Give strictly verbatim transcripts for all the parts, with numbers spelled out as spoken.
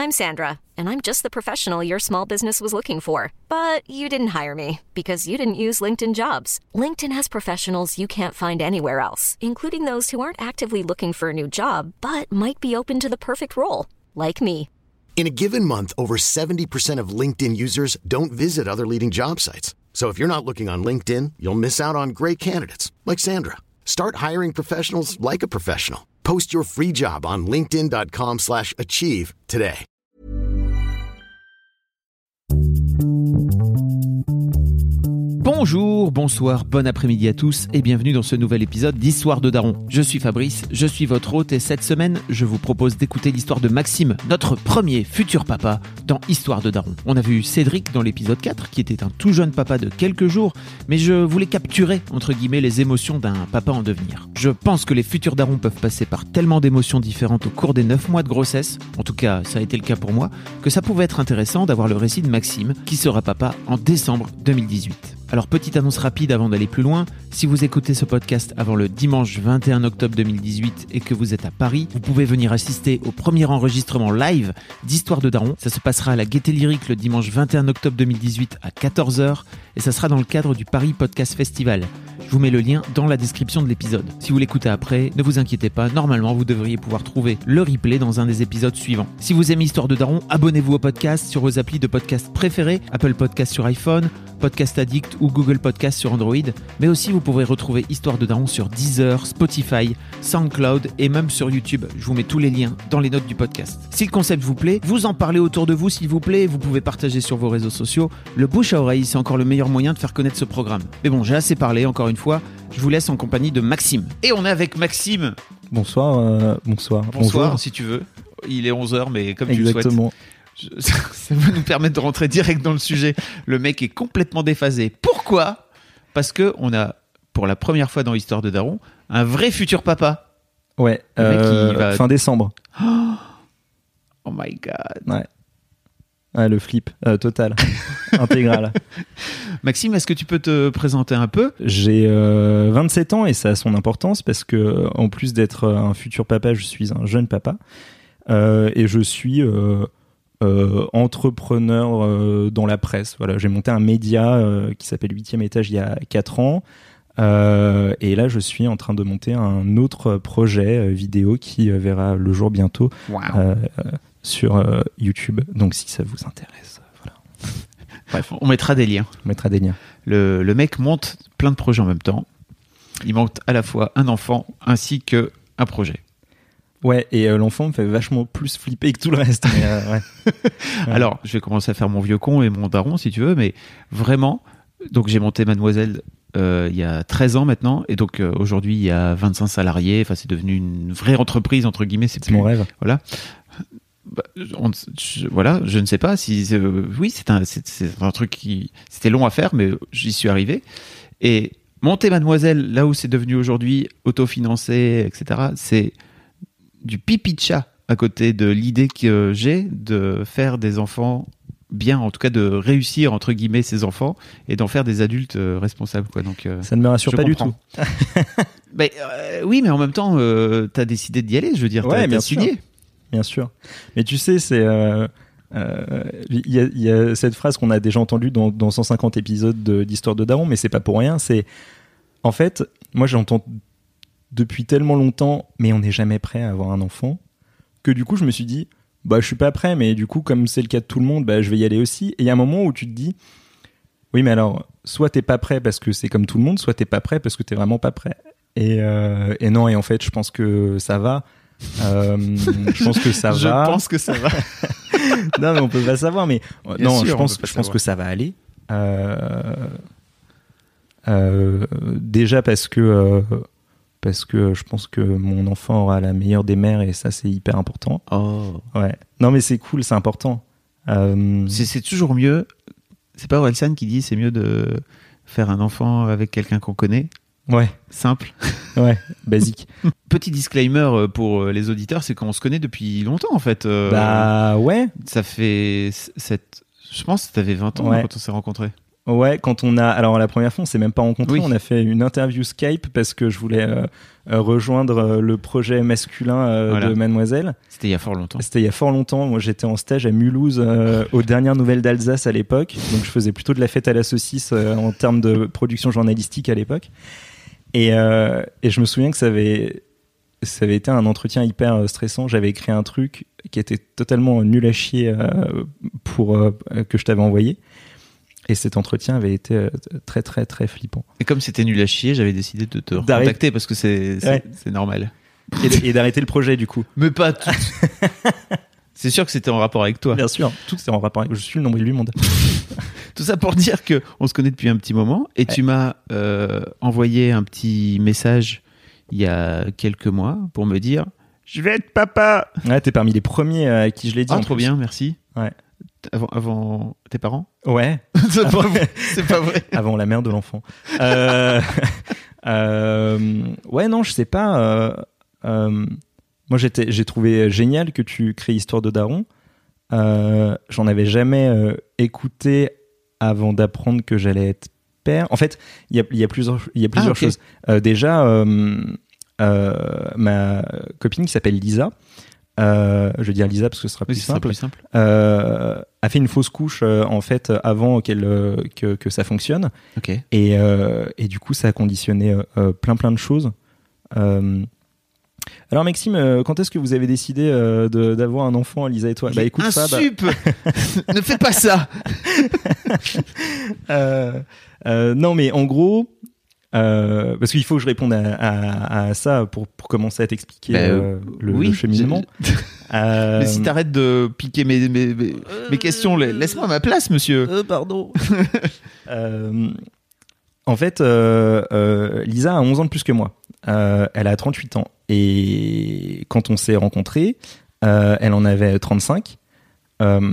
I'm Sandra, and I'm just the professional your small business was looking for. But you didn't hire me because you didn't use LinkedIn Jobs. LinkedIn has professionals you can't find anywhere else, including those who aren't actively looking for a new job, but might be open to the perfect role, like me. In a given month, over seventy percent of LinkedIn users don't visit other leading job sites. So if you're not looking on LinkedIn, you'll miss out on great candidates like Sandra. Start hiring professionals like a professional. Post your free job on linkedin.com slash achieve today. Bonjour, bonsoir, bon après-midi à tous et bienvenue dans ce nouvel épisode d'Histoire de Daron. Je suis Fabrice, je suis votre hôte et cette semaine, je vous propose d'écouter l'histoire de Maxime, notre premier futur papa dans Histoire de Daron. On a vu Cédric dans l'épisode quatre, qui était un tout jeune papa de quelques jours, mais je voulais capturer, entre guillemets, les émotions d'un papa en devenir. Je pense que les futurs darons peuvent passer par tellement d'émotions différentes au cours des neuf mois de grossesse, en tout cas ça a été le cas pour moi, que ça pouvait être intéressant d'avoir le récit de Maxime, qui sera papa en décembre deux mille dix-huit. Alors petite annonce rapide avant d'aller plus loin, si vous écoutez ce podcast avant le dimanche vingt et un octobre deux mille dix-huit et que vous êtes à Paris, vous pouvez venir assister au premier enregistrement live d'Histoire de Daron. Ça se passera à la Gaîté Lyrique le dimanche vingt et un octobre deux mille dix-huit à quatorze heures et ça sera dans le cadre du Paris Podcast Festival. Je vous mets le lien dans la description de l'épisode. Si vous l'écoutez après, ne vous inquiétez pas, normalement vous devriez pouvoir trouver le replay dans un des épisodes suivants. Si vous aimez Histoire de Daron, abonnez-vous au podcast sur vos applis de podcast préférés, Apple Podcast sur iPhone, Podcast Addict ou Google Podcast sur Android, mais aussi vous pourrez retrouver Histoire de Daron sur Deezer, Spotify, SoundCloud et même sur YouTube. Je vous mets tous les liens dans les notes du podcast. Si le concept vous plaît, vous en parlez autour de vous s'il vous plaît, vous pouvez partager sur vos réseaux sociaux. Le bouche à oreille, c'est encore le meilleur moyen de faire connaître ce programme. Mais bon, j'ai assez parlé, encore une fois, je vous laisse en compagnie de Maxime. Et on est avec Maxime. Bonsoir, euh, bonsoir. Bonsoir, Bonjour. si tu veux. Il est onze heures, mais comme Exactement. tu le souhaites. Je, ça va nous permettre de rentrer direct dans le sujet. Le mec est complètement déphasé. Pourquoi ? Parce qu'on a, pour la première fois dans l'histoire de Daron, un vrai futur papa. Ouais, Le mec, euh, il va- fin décembre. Oh my god. Ouais. Ouais, le flip euh, total, intégral. Maxime, est-ce que tu peux te présenter un peu ? J'ai euh, vingt-sept ans et ça a son importance parce que en plus d'être un futur papa, je suis un jeune papa euh, et je suis euh, euh, entrepreneur euh, dans la presse. Voilà, j'ai monté un média euh, qui s'appelle huitième étage il y a quatre ans. Euh, et là, je suis en train de monter un autre projet euh, vidéo qui euh, verra le jour bientôt Wow. euh, euh, sur euh, YouTube. Donc, si ça vous intéresse, euh, voilà, Bref, on mettra des liens. on mettra des liens. Le, le mec monte plein de projets en même temps. Il monte à la fois un enfant ainsi que un projet. Ouais, et euh, l'enfant me fait vachement plus flipper que tout le reste. Mais, euh, ouais. Ouais. Alors, je vais commencer à faire mon vieux con et mon daron, si tu veux, mais vraiment, donc j'ai monté Mademoiselle euh, il y a treize ans maintenant, et donc euh, aujourd'hui, il y a vingt-cinq salariés, enfin, c'est devenu une vraie entreprise, entre guillemets. C'est, C'est plus, mon rêve. Voilà. Bah, on- je, voilà, je ne sais pas si... euh, oui, c'est un, c'est, c'est un truc qui... C'était long à faire, mais j'y suis arrivé. Et monter Mademoiselle, là où c'est devenu aujourd'hui, autofinancé, et cetera, c'est du pipi de chat à côté de l'idée que j'ai de faire des enfants bien, en tout cas de réussir, entre guillemets, ces enfants et d'en faire des adultes euh, responsables, quoi. Donc, euh, Ça ne me rassure je pas du comprends. tout. ben, euh, oui, mais en même temps, euh, t'as décidé d'y aller, je veux dire, Ouais, t'as, t'as bien sûr. signé. Bien sûr. Mais tu sais, c'est... euh, euh, Il y, a- il y a cette phrase qu'on a déjà entendue dans, dans cent cinquante épisodes de- d'Histoire de Daron, mais c'est pas pour rien. C'est... En fait, moi j'entends depuis tellement longtemps, mais on n'est jamais prêt à avoir un enfant, que du coup je me suis dit, bah je suis pas prêt, mais du coup comme c'est le cas de tout le monde, bah je vais y aller aussi. Et il y a un moment où tu te dis, oui mais alors, soit t'es pas prêt parce que c'est comme tout le monde, soit t'es pas prêt parce que t'es vraiment pas prêt. Et, euh, et non, et en fait je pense que ça va. Euh, je pense que ça je va. pense que ça va. Non mais on peut pas savoir, mais Bien non, sûr, je on pense, peut pas je pense savoir. que ça va aller. Euh, euh, déjà parce que euh, parce que je pense que mon enfant aura la meilleure des mères et ça c'est hyper important. Oh. Ouais. Non mais c'est cool, c'est important. Euh, C'est, c'est toujours mieux. C'est pas Orelsan qui dit c'est mieux de faire un enfant avec quelqu'un qu'on connaît. Ouais, Simple. ouais, basique. Petit disclaimer pour les auditeurs, c'est qu'on se connaît depuis longtemps en fait. Euh, Bah ouais. Ça fait cette... Je pense que t'avais vingt ans Ouais. quand on s'est rencontrés. Ouais, quand on a... Alors, la première fois, on s'est même pas rencontrés. Oui. On a fait une interview Skype parce que je voulais euh, euh, rejoindre euh, le projet masculin euh, Voilà. de Mademoiselle. C'était il y a fort longtemps. C'était il y a fort longtemps. Moi, j'étais en stage à Mulhouse euh, aux dernières nouvelles d'Alsace à l'époque. Donc, je faisais plutôt de la fête à la saucisse euh, en termes de production journalistique à l'époque. Et, euh, et je me souviens que ça avait, ça avait été un entretien hyper stressant. J'avais écrit un truc qui était totalement nul à chier euh, pour, euh, que je t'avais envoyé. Et cet entretien avait été euh, très, très, très flippant. Et comme c'était nul à chier, j'avais décidé de te D'arrêter. recontacter parce que c'est, c'est, Ouais. c'est normal. Et, et d'arrêter le projet, du coup. Mais pas tout. C'est sûr que c'était en rapport avec toi. Bien sûr. Tout c'est en rapport avec... Je suis le nombril du monde. Tout ça pour dire que on se connaît depuis un petit moment et tu m'as euh, envoyé un petit message il y a quelques mois pour me dire je vais être papa. Ouais, t'es parmi les premiers à qui je l'ai dit. Ah, en trop plus. bien, merci. Ouais. Avant, avant tes parents. Ouais. C'est pas vrai. C'est pas vrai. Avant la mère de l'enfant. Euh, euh, ouais, non, je sais pas. Euh, euh, moi, j'étais, j'ai trouvé génial que tu crées Histoire de Daron. Euh, j'en avais jamais euh, écouté avant d'apprendre que j'allais être père. En fait, il y a, il y a plusieurs, il y a plusieurs Ah, okay. choses. Euh, déjà, euh, euh, ma copine qui s'appelle Lisa. Euh, je vais dire Lisa parce que ce sera plus Oui, ce sera simple. plus simple. Euh, a fait une fausse couche euh, en fait avant qu'elle euh, que, que ça fonctionne Ok. et, euh, et du coup ça a conditionné euh, plein plein de choses. Euh, alors Maxime, euh, quand est-ce que vous avez décidé euh, de, d'avoir un enfant, Lisa et toi? Il Bah est écoute ça. Bah, insup. Ne fais pas ça. euh, euh, non mais en gros. Euh, parce qu'il faut que je réponde à, à, à ça pour, pour commencer à t'expliquer Bah, euh, le, oui, le cheminement. je- Euh, Mais si t'arrêtes de piquer mes, mes, mes, mes questions, laisse-moi ma place, monsieur. Euh, pardon. euh, en fait, euh, euh, Lisa a onze ans de plus que moi. Euh, elle a trente-huit ans. Et quand on s'est rencontrés, euh, elle en avait trente-cinq. Euh,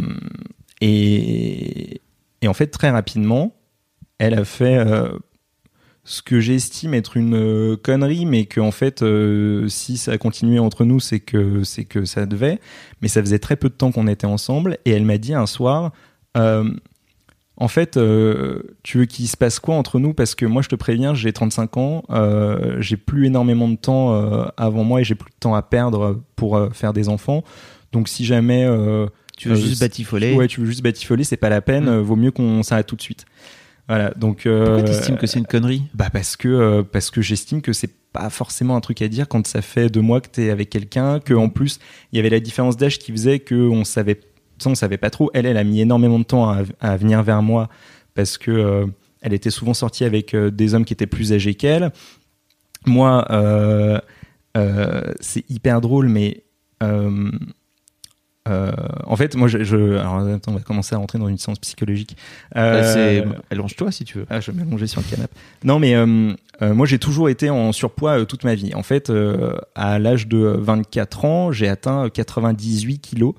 et, et en fait, très rapidement, elle a fait euh, ce que j'estime être une euh, connerie, mais que en fait, euh, si ça a continué entre nous, c'est que, c'est que ça devait. Mais ça faisait très peu de temps qu'on était ensemble. Et elle m'a dit un soir... Euh, En fait, euh, tu veux qu'il se passe quoi entre nous? Parce que moi, je te préviens, j'ai trente-cinq ans, euh, j'ai plus énormément de temps euh, avant moi et j'ai plus de temps à perdre pour euh, faire des enfants. Donc, si jamais euh, Tu veux euh, juste batifoler. ouais, tu veux juste batifoler, c'est pas la peine. Mmh. euh, vaut mieux qu'on s'arrête tout de suite. Voilà. Donc, euh, Pourquoi t'estimes que c'est une connerie? bah parce que euh, parce que j'estime que c'est pas forcément un truc à dire quand ça fait deux mois que t'es avec quelqu'un, que en plus il y avait la différence d'âge qui faisait que on savait on savait pas trop. Elle, elle a mis énormément de temps à, à venir vers moi parce que euh, elle était souvent sortie avec euh, des hommes qui étaient plus âgés qu'elle. Moi, euh, euh, c'est hyper drôle, mais euh, euh, en fait, moi, je, je alors attends, on va commencer à rentrer dans une séance psychologique. Euh, Bah, c'est... Allonge-toi si tu veux. ah, je vais m'allonger sur le canapé. Non, mais euh, euh, moi, j'ai toujours été en surpoids euh, toute ma vie. En fait, euh, à l'âge de vingt-quatre ans, j'ai atteint quatre-vingt-dix-huit kilos.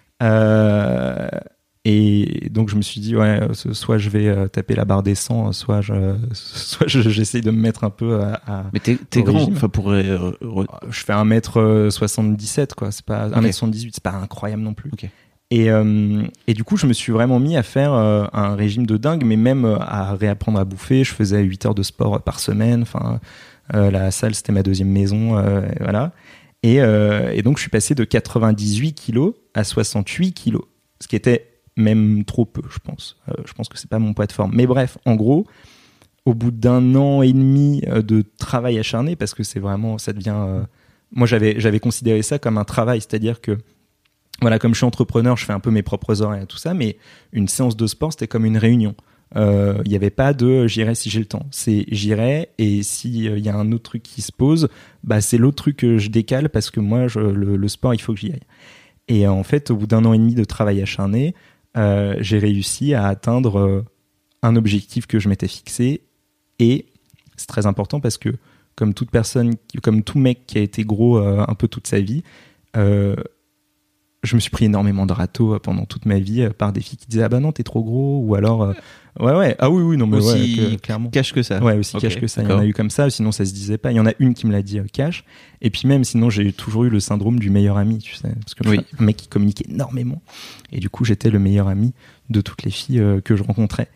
Euh, et donc je me suis dit ouais, soit je vais euh, taper la barre des cent, soit je, soit je, j'essaye de me mettre un peu à, à Mais t'es, t'es au grand, régime. enfin pour euh, re- Je fais un mètre soixante-dix-sept, quoi. C'est pas un mètre soixante-dix-huit, c'est pas incroyable non plus. Ok. Et euh, et du coup je me suis vraiment mis à faire euh, un régime de dingue, mais même euh, à réapprendre à bouffer. Je faisais huit heures de sport par semaine. Enfin, euh, la salle c'était ma deuxième maison, euh, et voilà. Et, euh, et donc, je suis passé de quatre-vingt-dix-huit kilos à soixante-huit kilos, ce qui était même trop peu, je pense. Euh, je pense que c'est pas mon poids de forme. Mais bref, en gros, au bout d'un an et demi de travail acharné, parce que c'est vraiment, ça devient... Euh, moi, j'avais, j'avais considéré ça comme un travail, c'est-à-dire que, voilà, comme je suis entrepreneur, je fais un peu mes propres horaires et tout ça, mais une séance de sport, c'était comme une réunion. Il euh, n'y avait pas de j'irai si j'ai le temps, c'est j'irai et s'il y euh, a un autre truc qui se pose, bah, c'est l'autre truc que je décale parce que moi je, le, le sport il faut que j'y aille. Et euh, en fait au bout d'un an et demi de travail acharné, euh, j'ai réussi à atteindre euh, un objectif que je m'étais fixé et c'est très important parce que comme toute personne, comme tout mec qui a été gros euh, un peu toute sa vie, euh, je me suis pris énormément de râteaux pendant toute ma vie par des filles qui disaient ah bah non t'es trop gros ou alors euh, ouais ouais ah oui oui non mais aussi ouais, que, clairement cash que ça. ouais aussi Okay, cash que ça. d'accord. Il y en a eu comme ça, sinon ça se disait pas. Il y en a une qui me l'a dit euh, cash. Et puis même sinon j'ai toujours eu le syndrome du meilleur ami, tu sais, parce que je Oui. suis un mec qui communique énormément et du coup j'étais le meilleur ami de toutes les filles euh, que je rencontrais.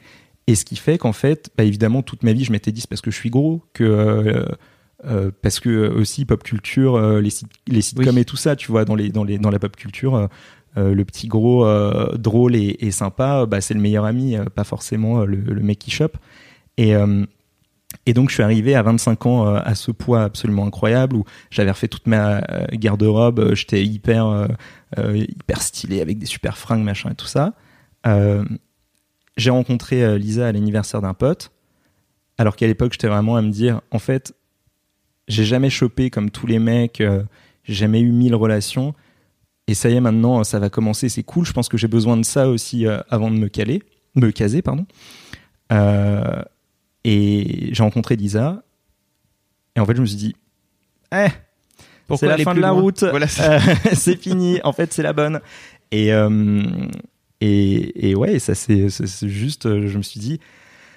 Et ce qui fait qu'en fait, bah, évidemment, toute ma vie, je m'étais dit, c'est parce que je suis gros, que euh, euh, parce que euh, aussi pop culture, euh, les, sit- les sitcoms oui. et tout ça, tu vois, dans, les, dans, les, dans la pop culture, euh, euh, le petit gros euh, drôle et, et sympa, bah, c'est le meilleur ami, euh, pas forcément euh, le, le mec qui chope. Et, euh, et donc, je suis arrivé à vingt-cinq ans euh, à ce poids absolument incroyable où j'avais refait toute ma euh, garde-robe, euh, j'étais hyper, euh, euh, hyper stylé avec des super fringues, machin et tout ça. Euh, J'ai rencontré euh, Lisa à l'anniversaire d'un pote, alors qu'à l'époque, j'étais vraiment à me dire, en fait, j'ai jamais chopé comme tous les mecs, euh, j'ai jamais eu mille relations, et ça y est, maintenant, ça va commencer, c'est cool, je pense que j'ai besoin de ça aussi euh, avant de me caler, me caser, pardon. Euh, et j'ai rencontré Lisa, et en fait, je me suis dit, eh, c'est la fin de la loin. route, voilà, c'est... Euh, c'est fini, en fait, c'est la bonne. Et... Euh, Et, et ouais, ça c'est, c'est, c'est juste, je me suis dit,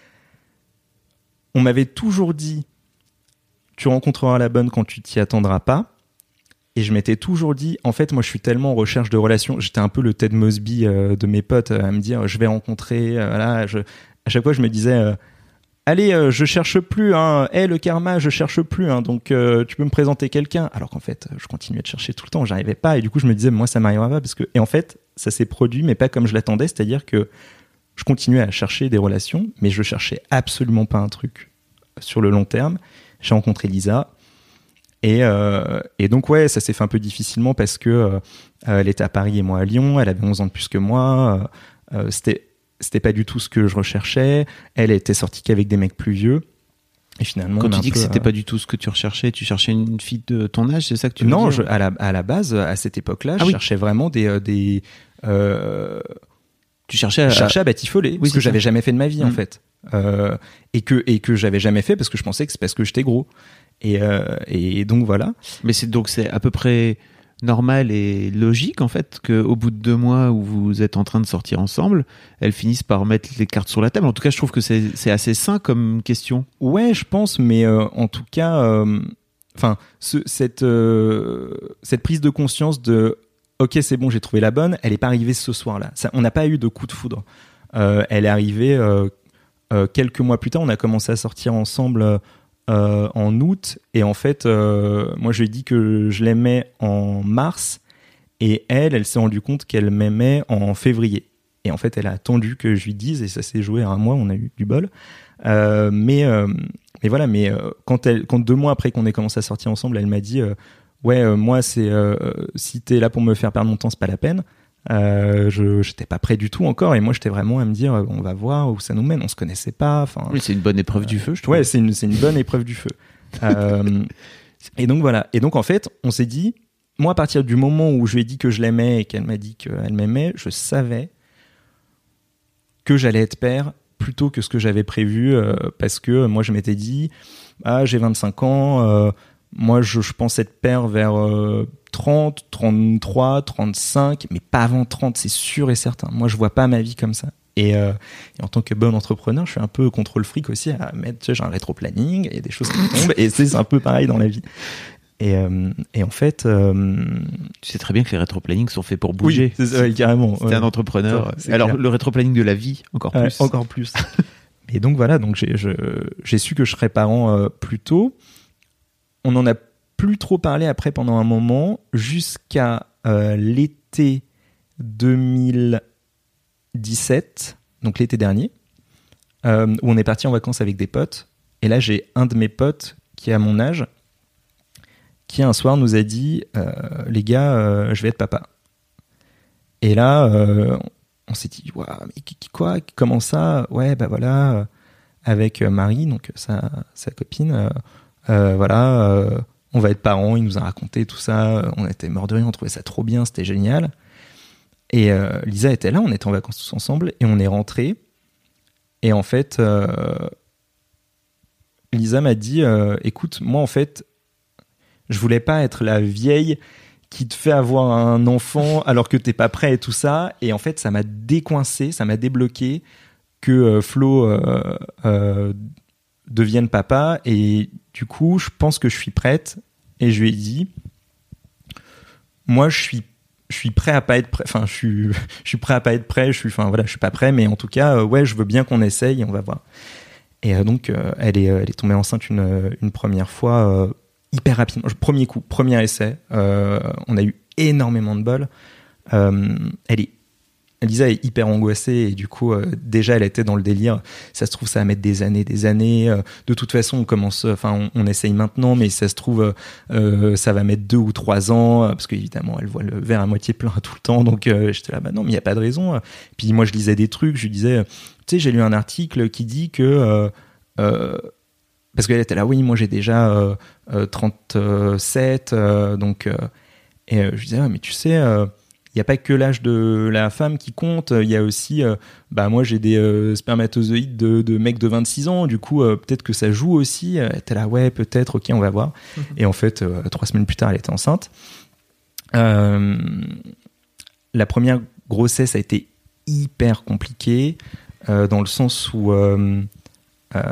on m'avait toujours dit, tu rencontreras la bonne quand tu t'y attendras pas. Et je m'étais toujours dit, en fait, moi je suis tellement en recherche de relations. J'étais un peu le Ted Mosby euh, de mes potes à me dire, je vais rencontrer, euh, voilà. Je, à chaque fois, je me disais, euh, allez, euh, je cherche plus, hein. Hey, le karma, je cherche plus, hein. Donc euh, tu peux me présenter quelqu'un. Alors qu'en fait, je continuais de chercher tout le temps, j'arrivais pas. Et du coup, je me disais, moi, ça m'arrivera pas parce que, et en fait, ça s'est produit, mais pas comme je l'attendais. C'est-à-dire que je continuais à chercher des relations, mais je cherchais absolument pas un truc sur le long terme. J'ai rencontré Lisa. Et, euh, et donc, ouais, ça s'est fait un peu difficilement parce que euh, elle était à Paris et moi à Lyon. Elle avait onze ans de plus que moi. Euh, c'était, c'était pas du tout ce que je recherchais. Elle était sortie qu'avec des mecs plus vieux. Et finalement, quand tu dis peu, que c'était euh... pas du tout ce que tu recherchais, tu cherchais une fille de ton âge, c'est ça que tu veux non, dire? Non, à la, à la base, à cette époque-là, ah, je oui. cherchais vraiment des... des euh... Tu cherchais à, je cherchais à batifoler, oui, ce que j'avais ça. jamais fait de ma vie, mmh. en fait. Euh, et, que, et que j'avais jamais fait parce que je pensais que c'est parce que j'étais gros. Et, euh, et donc, voilà. Mais c'est, donc, c'est à peu près normal et logique, en fait, qu'au bout de deux mois où vous êtes en train de sortir ensemble, elles finissent par mettre les cartes sur la table. En tout cas, je trouve que c'est, c'est assez sain comme question. Ouais, je pense, mais euh, en tout cas, enfin, euh, cette, euh, cette prise de conscience de ok, c'est bon, j'ai trouvé la bonne, elle n'est pas arrivée ce soir-là. Ça, on n'a pas eu de coup de foudre. Euh, elle est arrivée euh, euh, quelques mois plus tard. On a commencé à sortir ensemble euh, en août. Et en fait, euh, moi, je lui ai dit que je l'aimais en mars. Et elle, elle s'est rendue compte qu'elle m'aimait en février. Et en fait, elle a attendu que je lui dise. Et ça s'est joué à un mois. On a eu du bol. Euh, mais, euh, mais voilà. Mais euh, quand, elle, quand deux mois après qu'on ait commencé à sortir ensemble, elle m'a dit... Euh, ouais, euh, moi, c'est euh, si t'es là pour me faire perdre mon temps, c'est pas la peine. Euh, je j'étais pas prêt du tout encore, et moi, j'étais vraiment à me dire, euh, on va voir où ça nous mène. On se connaissait pas. Enfin, oui, c'est une bonne épreuve euh, du feu, je trouve. Ouais, c'est une c'est une bonne épreuve du feu. Euh, et donc voilà. Et donc en fait, on s'est dit, moi, à partir du moment où je lui ai dit que je l'aimais et qu'elle m'a dit qu'elle m'aimait, je savais que j'allais être père plus tôt que ce que j'avais prévu, euh, parce que moi, je m'étais dit, ah, j'ai vingt-cinq ans. Euh, Moi, je, je pense être père vers euh, trente, trente-trois, trente-cinq, mais pas avant trente, c'est sûr et certain. Moi, je vois pas ma vie comme ça. Et, euh, et en tant que bon entrepreneur, je suis un peu contrôle fric aussi à mettre, tu sais, j'ai un rétro-planning, il y a des choses qui tombent, et c'est, c'est un peu pareil dans la vie. Et, euh, et en fait... Euh... Tu sais très bien que les rétro-plannings sont faits pour bouger. Oui, c'est ça, ouais, carrément. C'était ouais. un entrepreneur. C'est Alors, clair. Le rétro-planning de la vie, encore plus. Ouais, encore plus. Et donc, voilà, donc j'ai, je, j'ai su que je serais parent euh, plus tôt. On n'en a plus trop parlé après pendant un moment, jusqu'à euh, l'été deux mille dix-sept, donc l'été dernier, euh, où on est parti en vacances avec des potes. Et là, j'ai un de mes potes qui est à mon âge, qui un soir nous a dit euh, « Les gars, euh, je vais être papa ». Et là, euh, on s'est dit « Waouh, mais quoi ? Comment ça ? Ouais, bah voilà, avec Marie, donc sa, sa copine, euh, euh, voilà, euh, on va être parents, il nous a raconté tout ça, on était morts de rire, on trouvait ça trop bien, c'était génial. Et euh, Lisa était là, on était en vacances tous ensemble, et on est rentrés. Et en fait, euh, Lisa m'a dit euh, « Écoute, moi en fait, je voulais pas être la vieille qui te fait avoir un enfant alors que t'es pas prêt et tout ça. » Et en fait, ça m'a décoincé, ça m'a débloqué que euh, Flo euh, euh, devienne papa. Et du coup, je pense que je suis prête. Et je lui ai dit, moi, je suis je suis prêt à pas être prêt. Enfin, je suis, je suis prêt à pas être prêt. Je suis, enfin voilà, je suis pas prêt, mais en tout cas, euh, ouais, je veux bien qu'on essaye et on va voir. Et euh, donc, euh, elle est, elle est tombée enceinte une, une première fois, euh, hyper rapidement. Premier coup, premier essai. Euh, on a eu énormément de bol. Euh, elle est Lisa est hyper angoissée et du coup euh, déjà elle était dans le délire, ça se trouve ça va mettre des années des années, euh, de toute façon on commence, enfin on, on essaye maintenant mais ça se trouve euh, ça va mettre deux ou trois ans, euh, parce qu'évidemment elle voit le verre à moitié plein tout le temps, donc euh, j'étais là bah non mais il y a pas de raison. Puis moi je lisais des trucs, je lui disais tu sais j'ai lu un article qui dit que euh, euh, parce qu'elle était là oui moi j'ai déjà euh, euh, trente-sept euh, donc euh, et euh, je lui disais ah, mais tu sais euh, il n'y a pas que l'âge de la femme qui compte, il y a aussi, euh, bah moi j'ai des euh, spermatozoïdes de, de mecs de vingt-six ans, du coup euh, peut-être que ça joue aussi. Elle était là, ouais, peut-être, ok, on va voir. Mmh. Et en fait, euh, trois semaines plus tard, elle était enceinte. Euh, la première grossesse a été hyper compliquée, euh, dans le sens où... Euh, euh,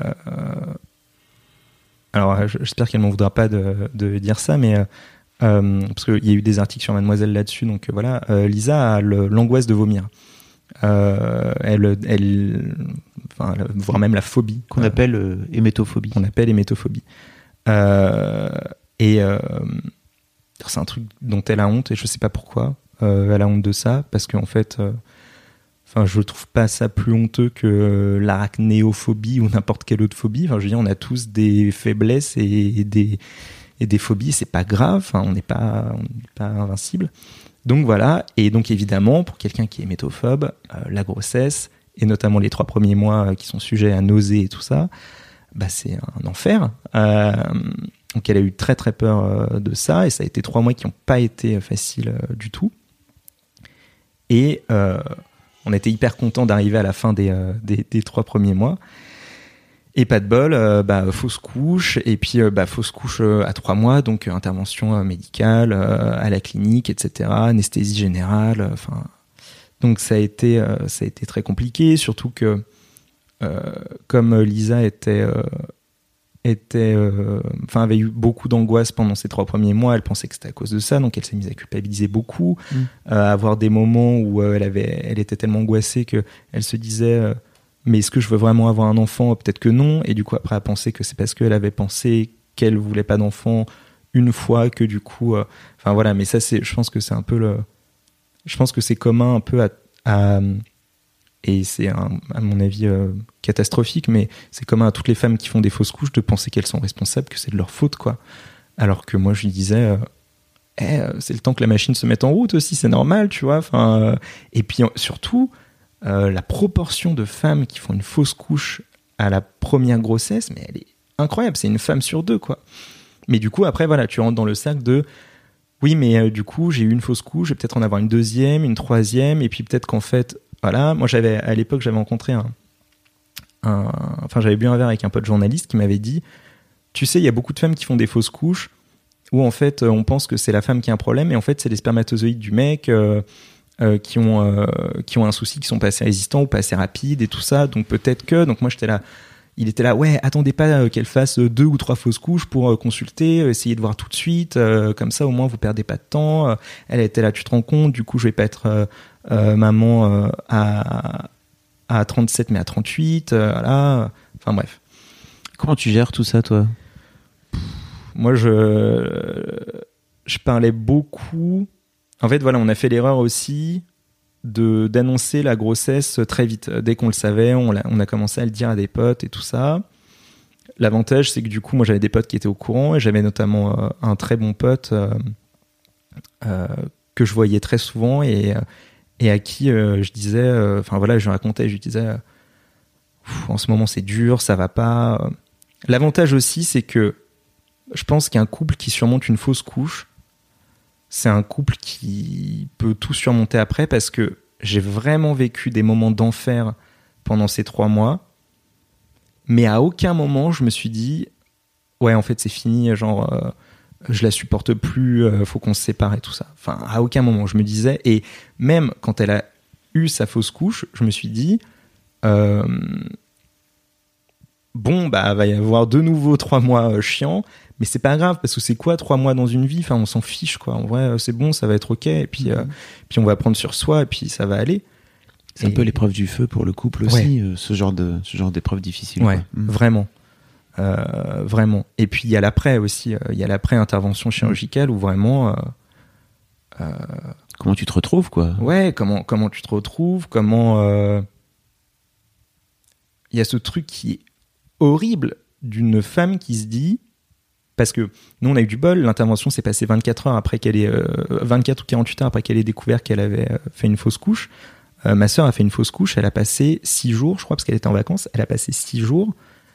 alors, j'espère qu'elle ne m'en voudra pas de, de dire ça, mais... Euh, Euh, parce qu'il y a eu des articles sur Mademoiselle là-dessus, donc euh, voilà. Euh, Lisa a le, l'angoisse de vomir. Euh, elle, elle, enfin, voire même la phobie qu'on euh, appelle euh, hémétophobie. Qu'on appelle hémétophobie. Euh, et euh, c'est un truc dont elle a honte et je sais pas pourquoi. Euh, elle a honte de ça parce qu'en fait, enfin, euh, je trouve pas ça plus honteux que l'arachnéophobie ou n'importe quelle autre phobie. Enfin, je veux dire, on a tous des faiblesses et, et des et des phobies, c'est pas grave, enfin, on n'est pas, on n'est pas invincible. Donc voilà, et donc évidemment, pour quelqu'un qui est hémétophobe, euh, la grossesse, et notamment les trois premiers mois euh, qui sont sujets à nausées et tout ça, bah, c'est un enfer. Euh, donc elle a eu très très peur euh, de ça, et ça a été trois mois qui n'ont pas été faciles euh, du tout. Et euh, on était hyper contents d'arriver à la fin des, euh, des, des trois premiers mois. Et pas de bol, euh, bah, fausse couche, et puis euh, bah, fausse couche euh, à trois mois, donc euh, intervention euh, médicale euh, à la clinique, et cetera, anesthésie générale, enfin, euh, donc ça a été euh, ça a été très compliqué, surtout que euh, comme Lisa était euh, était, enfin euh, avait eu beaucoup d'angoisse pendant ces trois premiers mois, elle pensait que c'était à cause de ça, donc elle s'est mise à culpabiliser beaucoup, mmh. euh, à avoir des moments où euh, elle avait, elle était tellement angoissée que elle se disait euh, mais est-ce que je veux vraiment avoir un enfant ? Peut-être que non. Et du coup, après, elle a pensé que c'est parce qu'elle avait pensé qu'elle voulait pas d'enfant une fois que du coup... Euh... Enfin, voilà. Mais ça, c'est, je pense que c'est un peu le... Je pense que c'est commun un peu à... à... Et c'est, un, à mon avis, euh, catastrophique, mais c'est commun à toutes les femmes qui font des fausses couches de penser qu'elles sont responsables, que c'est de leur faute, quoi. Alors que moi, je lui disais... Euh... Eh, c'est le temps que la machine se mette en route aussi, c'est normal, tu vois. Enfin, euh... Et puis, surtout... Euh, la proportion de femmes qui font une fausse couche à la première grossesse, mais elle est incroyable, c'est une femme sur deux, quoi. Mais du coup, après, voilà, tu rentres dans le sac de oui, mais euh, du coup, j'ai eu une fausse couche, je vais peut-être en avoir une deuxième, une troisième, et puis peut-être qu'en fait, voilà, moi, j'avais, à l'époque, j'avais rencontré un, un enfin, j'avais bu un verre avec un pote journaliste qui m'avait dit, tu sais, il y a beaucoup de femmes qui font des fausses couches où, en fait, on pense que c'est la femme qui a un problème, et en fait, c'est les spermatozoïdes du mec, euh, Euh, qui ont euh, qui ont un souci, qui sont pas assez résistants ou pas assez rapides et tout ça, donc peut-être que donc moi j'étais là, il était là ouais attendez pas euh, qu'elle fasse deux ou trois fausses couches pour euh, consulter, euh, essayez de voir tout de suite, euh, comme ça au moins vous perdez pas de temps. Euh, elle était là, tu te rends compte, du coup je vais pas être euh, euh, maman euh, à à trente-sept mais à trente-huit, euh, voilà, enfin bref. Comment tu gères tout ça, toi ? Moi je je parlais beaucoup. En fait, voilà, on a fait l'erreur aussi de, d'annoncer la grossesse très vite. Dès qu'on le savait, on, l'a, on a commencé à le dire à des potes et tout ça. L'avantage, c'est que du coup, moi, j'avais des potes qui étaient au courant et j'avais notamment euh, un très bon pote euh, euh, que je voyais très souvent et, et à qui euh, je disais, enfin euh, voilà, je lui racontais, je lui disais, en ce moment, c'est dur, ça va pas. L'avantage aussi, c'est que je pense qu'un couple qui surmonte une fausse couche, c'est un couple qui peut tout surmonter après parce que j'ai vraiment vécu des moments d'enfer pendant ces trois mois, mais à aucun moment je me suis dit ouais en fait c'est fini, genre euh, je la supporte plus, euh, faut qu'on se sépare et tout ça. Enfin à aucun moment je me disais, et même quand elle a eu sa fausse couche, je me suis dit euh, bon, bah, va y avoir de nouveau trois mois euh, chiants, mais c'est pas grave, parce que c'est quoi trois mois dans une vie? Enfin, on s'en fiche, quoi. En vrai, euh, c'est bon, ça va être ok, et puis, euh, puis on va prendre sur soi, et puis ça va aller. C'est et... un peu l'épreuve du feu pour le couple aussi, ouais. euh, ce genre de, ce genre d'épreuve difficile. Ouais, mmh. vraiment. Euh, vraiment. Et puis, il y a l'après aussi, il euh, y a l'après-intervention chirurgicale, où vraiment... Euh, euh, comment tu te retrouves, quoi? Ouais, comment, comment tu te retrouves, comment... Euh... Il y a ce truc qui est horrible d'une femme qui se dit, parce que nous on a eu du bol, l'intervention s'est passée vingt-quatre heures après qu'elle ait, euh, vingt-quatre ou quarante-huit heures après qu'elle ait découvert qu'elle avait euh, fait une fausse couche. Euh, ma sœur a fait une fausse couche, elle a passé six jours, je crois, parce qu'elle était en vacances, elle a passé six jours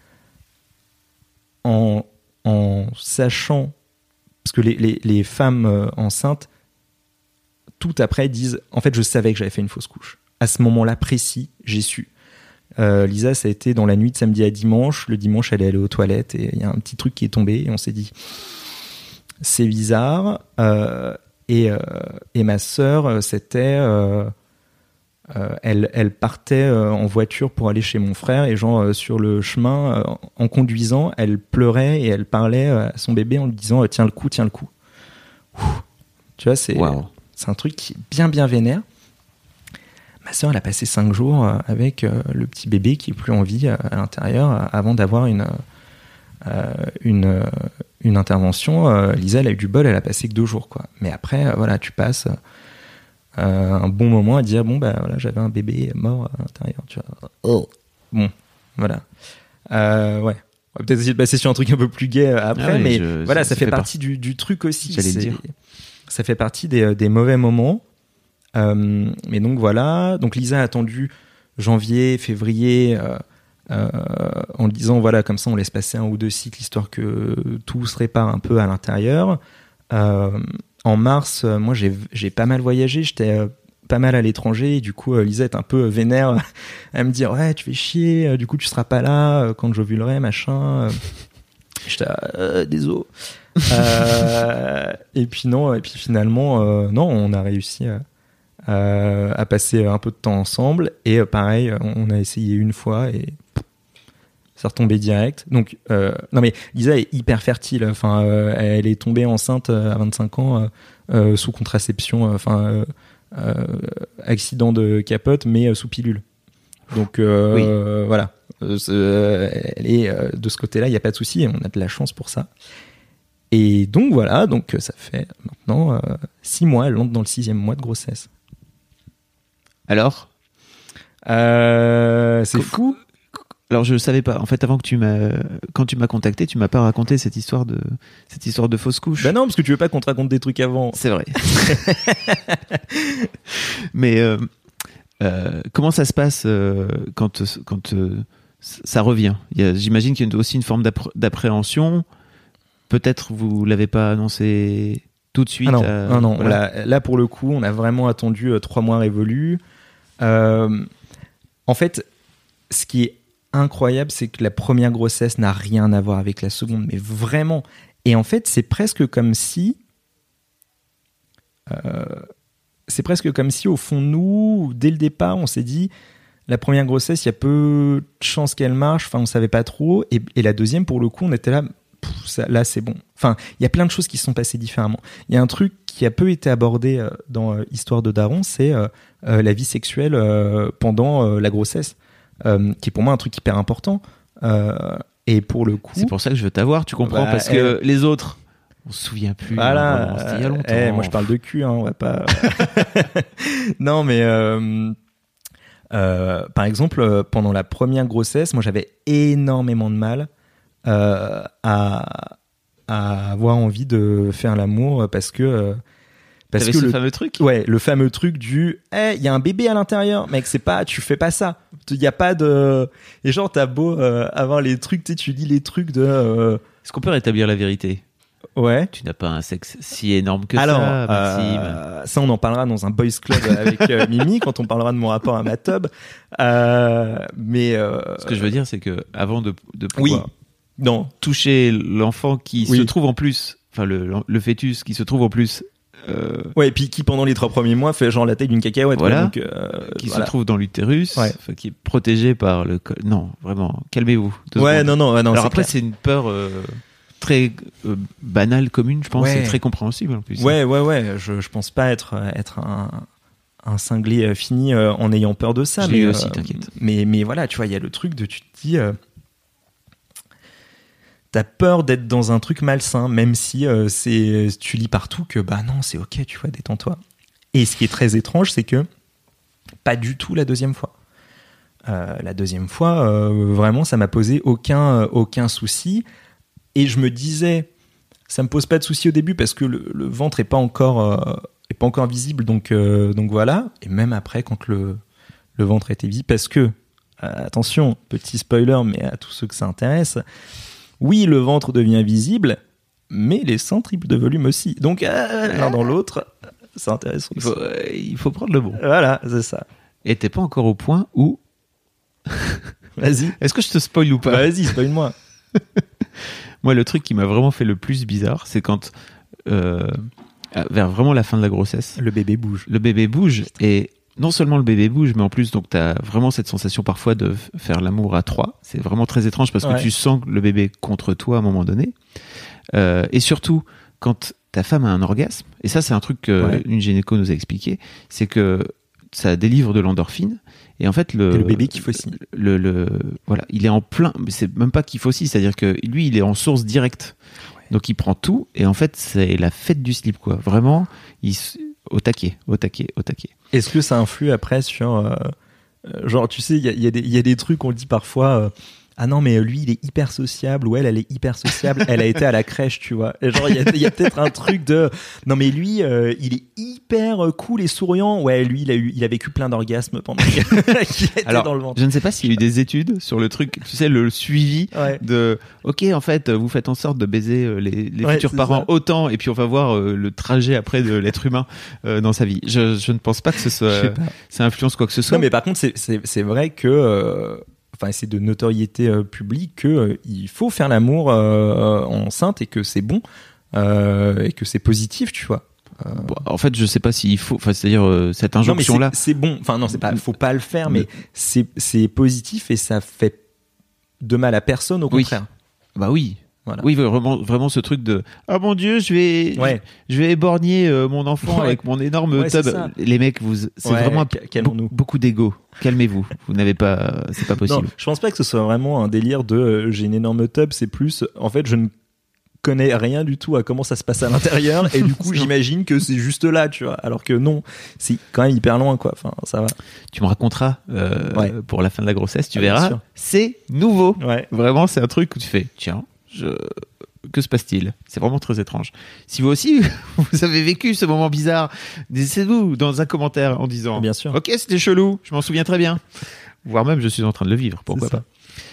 en, en sachant, parce que les, les, les femmes euh, enceintes, tout après disent, en fait je savais que j'avais fait une fausse couche. À ce moment-là précis, j'ai su. Euh, Lisa, ça a été dans la nuit de samedi à dimanche. Le dimanche, elle est allée aux toilettes et il y a un petit truc qui est tombé et on s'est dit c'est bizarre. Euh, et, euh, et ma sœur, c'était euh, euh, elle, elle partait euh, en voiture pour aller chez mon frère et genre euh, sur le chemin, euh, en conduisant, elle pleurait et elle parlait à son bébé en lui disant tiens le coup, tiens le coup. Ouh. Tu vois, c'est, wow. c'est un truc qui est bien bien vénère. Ma sœur, elle a passé cinq jours avec euh, le petit bébé qui est plus en vie euh, à l'intérieur euh, avant d'avoir une, euh, une, euh, une intervention. Euh, Lisa, elle a eu du bol, elle a passé que deux jours, quoi. Mais après, euh, voilà, tu passes euh, un bon moment à dire bon, bah voilà, j'avais un bébé mort à l'intérieur, tu vois. Oh. Bon, voilà. Euh, ouais. On va peut-être essayer de passer sur un truc un peu plus gai après, ah oui, mais je, voilà, ça, ça fait, fait partie par... du, du truc aussi. J'allais c'est, le dire. Ça fait partie des, des mauvais moments. Euh, mais donc voilà, donc Lisa a attendu janvier, février euh, euh, en disant voilà, comme ça on laisse passer un ou deux cycles histoire que tout se répare un peu à l'intérieur. Euh, en mars, euh, moi j'ai, j'ai pas mal voyagé, j'étais euh, pas mal à l'étranger et du coup euh, Lisa est un peu vénère à me dire ouais tu fais chier, euh, du coup tu seras pas là euh, quand j'ovulerai machin. Euh, j'étais euh, désolé. euh, et puis non, et puis finalement euh, non, on a réussi à Euh, à passer un peu de temps ensemble et euh, pareil on a essayé une fois et pff, ça retombait direct donc euh, non mais Lisa est hyper fertile enfin euh, elle est tombée enceinte à vingt-cinq ans euh, euh, sous contraception enfin euh, euh, accident de capote mais euh, sous pilule donc euh, oui. euh, voilà euh, elle est euh, de ce côté là il n'y a pas de souci on a de la chance pour ça et donc voilà donc ça fait maintenant euh, six mois elle entre dans le sixième mois de grossesse. Alors euh, c'est fou. Alors je savais pas. En fait, avant que tu m'as, quand tu m'as contacté, tu m'as pas raconté cette histoire de cette histoire de fausse couche. Ben non, parce que tu veux pas qu'on te raconte des trucs avant. C'est vrai. Mais euh, euh, comment ça se passe euh, quand quand euh, ça revient? Il y a, j'imagine qu'il y a aussi une forme d'appré- d'appréhension. Peut-être vous l'avez pas annoncé tout de suite. Ah non, à... non, non. Voilà. Là, là, pour le coup, on a vraiment attendu euh, trois mois révolus. Euh, en fait, ce qui est incroyable, c'est que la première grossesse n'a rien à voir avec la seconde, mais vraiment. Et en fait, c'est presque comme si... Euh, c'est presque comme si, au fond de nous, dès le départ, on s'est dit, la première grossesse, il y a peu de chances qu'elle marche, enfin, on savait pas trop. Et, et la deuxième, pour le coup, on était là... Pff, ça, là c'est bon. Enfin, il y a plein de choses qui se sont passées différemment. Il y a un truc qui a peu été abordé euh, dans euh, Histoire de Daron, c'est euh, euh, la vie sexuelle euh, pendant euh, la grossesse, euh, qui est pour moi un truc hyper important. Euh, et pour le coup, c'est pour ça que je veux t'avoir, tu comprends, bah, parce eh, que les autres, on se souvient plus. Voilà, hein, c'était il y a longtemps. Eh, moi je parle de cul, hein, on va pas. Non, mais euh, euh, par exemple, pendant la première grossesse, moi j'avais énormément de mal. Euh, à, à avoir envie de faire l'amour parce que euh, parce T'avais que ce le fameux truc ouais le fameux truc du il hey, y a un bébé à l'intérieur mec c'est pas tu fais pas ça il y a pas de et genre t'as beau euh, avoir les trucs tu sais tu lis les trucs de euh... est-ce qu'on peut rétablir la vérité? Ouais. Tu n'as pas un sexe si énorme que Alors, ça, Maxime. Euh, ça, on en parlera dans un boys club avec euh, Mimi quand on parlera de mon rapport à ma tub. Euh, mais euh, ce que je veux dire, c'est que avant de, de pouvoir oui. Non. toucher l'enfant qui oui. se trouve en plus, enfin le, le fœtus qui se trouve en plus Euh, ouais, et puis qui pendant les trois premiers mois fait genre la taille d'une cacahuète. Voilà. Ouais, donc, euh, qui voilà. se trouve dans l'utérus, Ouais. enfin, qui est protégé par le. col- Non, vraiment, calmez-vous. deux Ouais, secondes. non, non, ouais, non. Alors c'est après, clair. c'est une peur euh, très euh, banale, commune, je pense, Ouais. c'est très compréhensible en plus. Ouais, ouais, ouais. Je, je pense pas être, être un, un cinglé euh, fini euh, en ayant peur de ça. Je mais, l'ai eu euh, aussi, t'inquiète. Mais, mais voilà, tu vois, il y a le truc de tu te dis. Euh, T'as peur d'être dans un truc malsain, même si euh, c'est, tu lis partout que bah non, c'est ok, tu vois, détends-toi. Et ce qui est très étrange, c'est que pas du tout la deuxième fois. Euh, la deuxième fois, euh, vraiment, ça m'a posé aucun, euh, aucun souci. Et je me disais, ça me pose pas de souci au début parce que le, le ventre est pas encore, euh, est pas encore visible, donc, euh, donc voilà. Et même après, quand le, le ventre était visible, parce que, euh, attention, petit spoiler, mais à tous ceux que ça intéresse, oui, le ventre devient visible, mais les seins triplent de volume aussi. Donc, euh, l'un dans l'autre, ça intéresse Il aussi. faut, euh, il faut prendre le bon. Voilà, c'est ça. Et t'es pas encore au point où. Vas-y. Est-ce que je te spoil ou pas? Vas-y, spoil-moi. Moi, le truc qui m'a vraiment fait le plus bizarre, c'est quand, euh, vers vraiment la fin de la grossesse, Le bébé bouge. le bébé bouge et non seulement le bébé bouge, mais en plus, donc, t'as vraiment cette sensation parfois de f- faire l'amour à trois. C'est vraiment très étrange parce que Ouais. tu sens le bébé contre toi à un moment donné. Euh, et surtout, quand ta femme a un orgasme, et ça, c'est un truc qu'une Ouais. gynéco nous a expliqué, c'est que ça délivre de l'endorphine. Et en fait, le, Et le bébé kiffe aussi. Le, le, voilà, il est en plein, mais c'est même pas kiffe aussi, c'est-à-dire que lui, il est en source directe. Donc, il prend tout, et en fait, c'est la fête du slip, quoi. Vraiment, il, s- au taquet, au taquet, au taquet. Est-ce que ça influe après sur... euh, euh, genre, tu sais, il y a, il y a des- il y a des trucs, on le dit parfois... euh, ah non, mais lui, il est hyper sociable, ou elle, elle est hyper sociable, elle a été à la crèche, tu vois. Et genre, il y a, il y a peut-être un truc de... Non, mais lui, euh, il est hyper cool et souriant. Ouais, lui, il a, eu, il a vécu plein d'orgasmes pendant qu'il était Alors, dans le ventre. je ne sais pas s'il y a eu des études sur le truc, tu sais, le suivi Ouais. de ok, en fait, vous faites en sorte de baiser euh, les, les Ouais, futurs c'est parents ça. autant, et puis on va voir euh, le trajet après de l'être humain euh, dans sa vie. Je, je ne pense pas que ce Je soit, sais pas. ça influence quoi que ce soit. Non, mais par contre, c'est, c'est, c'est vrai que... euh, Enfin, c'est de notoriété euh, publique que euh, il faut faire l'amour euh, enceinte et que c'est bon euh, et que c'est positif, tu vois. Euh, Bon, en fait, je sais pas s'il faut, enfin, c'est-à-dire euh, cette non, mais injonction là. c'est, c'est bon. Enfin, non, c'est pas. Faut pas le faire, mais Le- c'est, c'est positif et ça fait de mal à personne, au Oui. contraire. Bah oui. Voilà. Oui, vraiment, vraiment ce truc de ah mon Dieu, je vais, Ouais. je vais éborgner euh, mon enfant Ouais. avec mon énorme Ouais, c'est tub. ça. Les mecs, vous, c'est Ouais, vraiment ca- calmons-nous. be- beaucoup d'ego. Calmez-vous. Vous n'avez pas, c'est pas Non, possible. je pense pas que ce soit vraiment un délire de euh, j'ai une énorme tub. C'est plus, en fait, je ne connais rien du tout à comment ça se passe à l'intérieur et du coup, j'imagine que c'est juste là, tu vois. Alors que non, c'est quand même hyper loin, quoi. Enfin, ça va. Tu me raconteras euh, Ouais. pour la fin de la grossesse, tu Ah, bien verras. sûr. C'est nouveau. Ouais. Vraiment, c'est un truc où tu fais, tiens, je... que se passe-t-il? C'est vraiment très étrange. Si vous aussi, vous avez vécu ce moment bizarre, laissez-nous dans un commentaire en disant, Bien sûr. ok, c'était chelou, je m'en souviens très bien. Voire même, je suis en train de le vivre, pourquoi C'est ça. pas.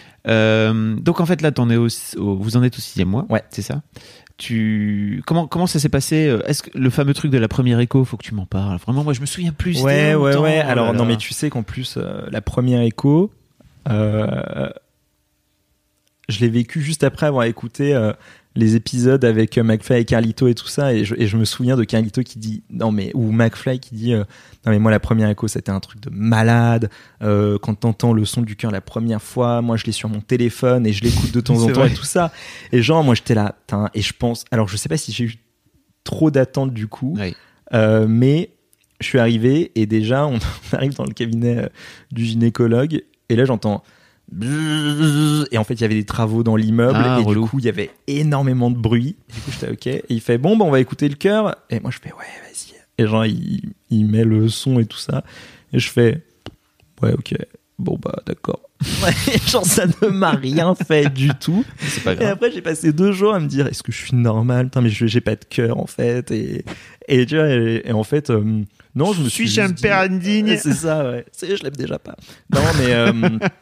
Euh, donc en fait, là, t'en es au, au- vous en êtes au sixième mois, Ouais. c'est ça. Tu comment comment ça s'est passé? Est-ce que le fameux truc de la première écho, faut que tu m'en parles. Vraiment, moi, je me souviens plus. c'était Ouais, ouais, longtemps. ouais. Oh Alors, là non, là. mais tu sais qu'en plus, euh, la première écho, euh, je l'ai vécu juste après avoir écouté euh, les épisodes avec euh, McFly et Carlito et tout ça. Et je, et je me souviens de Carlito qui dit, non, mais, ou McFly qui dit, euh, non, mais moi, la première écho, c'était un truc de malade. Euh, quand t'entends le son du cœur la première fois, moi, je l'ai sur mon téléphone et je l'écoute de temps en C'est temps vrai. et tout ça. Et genre, moi, j'étais là, putain, et je pense, alors, je sais pas si j'ai eu trop d'attentes du coup. Ouais. Euh, mais je suis arrivé et déjà on arrive dans le cabinet euh, du gynécologue et là j'entends bzzz, et en fait il y avait des travaux dans l'immeuble Ah, et relou. du coup il y avait énormément de bruit. Du coup j'étais ok et il fait bon bah on va écouter le cœur et moi je fais ouais vas-y et genre il, il met le son et tout ça et je fais ouais ok bon bah d'accord. Genre ça ne m'a rien fait du tout. C'est pas Et grave. après, j'ai passé deux jours à me dire, est-ce que je suis normal? Putain, mais je- j'ai pas de cœur, en fait. Et, et tu vois, et, et en fait, euh, non, je me suis Suis-je un juste dit- père indigne? C'est ça, ouais. C'est, je l'aime déjà pas. Non, mais, euh,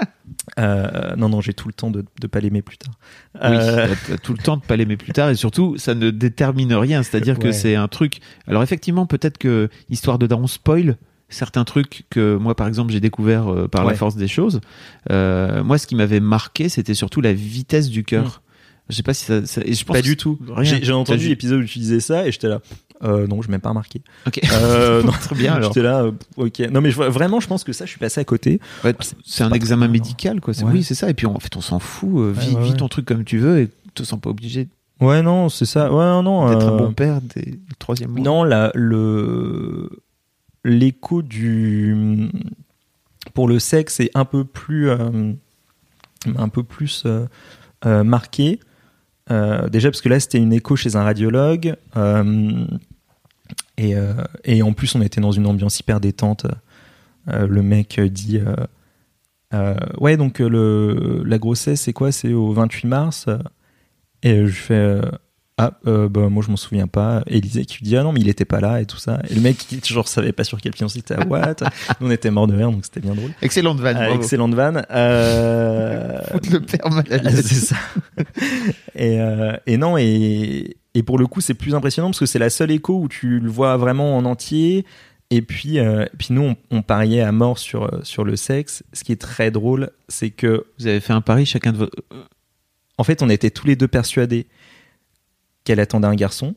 euh, non, non, j'ai tout le temps de, de pas l'aimer plus tard. Oui, Euh, t'as- t'as tout le temps de pas l'aimer plus tard et surtout ça ne détermine rien, c'est-à-dire que Ouais. c'est un truc. Alors effectivement, peut-être que Histoire de Daron spoil certains trucs que moi par exemple j'ai découvert euh, par Ouais. la force des choses. Euh, moi, ce qui m'avait marqué, c'était surtout la vitesse du cœur. Je sais pas si ça, ça- et je pense pas que du tout. rien. J'ai, j'ai entendu T'as ju- l'épisode où tu disais ça et j'étais là. Euh, non, je n'ai même pas remarqué. Ok. Euh, non, très bien. Alors. J'étais là, euh, ok. Non, mais je, vraiment, je pense que ça, je suis passé à côté. Ouais, c'est, c'est un examen très médical, quoi. C'est, ouais. Oui, c'est ça. Et puis, en fait, on s'en fout. Euh, vis, ouais, ouais, vis ouais. ton truc comme tu veux et te sens pas obligé Ouais, non, c'est ça. Ouais, non, non. d'être euh... un bon père dès le troisième mois. Non, la, le l'écho du pour le sexe est un peu plus euh, un peu plus euh, euh, marqué. Euh, déjà parce que là, c'était une écho chez un radiologue. Euh, Et, euh, et en plus, on était dans une ambiance hyper détente. Euh, le mec dit euh, euh, ouais, donc le, la grossesse, c'est quoi? C'est au vingt-huit mars. Et je fais euh, ah, euh, bah, moi, je m'en souviens pas. Élisée qui lui dit ah non, mais il était pas là et tout ça. Et le mec, qui genre, savait pas sur quel pied on c'était à what. Nous, on était morts de rire, donc c'était bien drôle. Excellente vanne. Euh, excellente vanne. Euh... Foutre le père mal à l'aise. C'est ça. et, euh, et non, et. Et pour le coup, c'est plus impressionnant parce que c'est la seule écho où tu le vois vraiment en entier. Et puis, euh, et puis nous, on, on pariait à mort sur, sur le sexe. Ce qui est très drôle, c'est que... Vous avez fait un pari chacun de vos... En fait, on était tous les deux persuadés qu'elle attendait un garçon.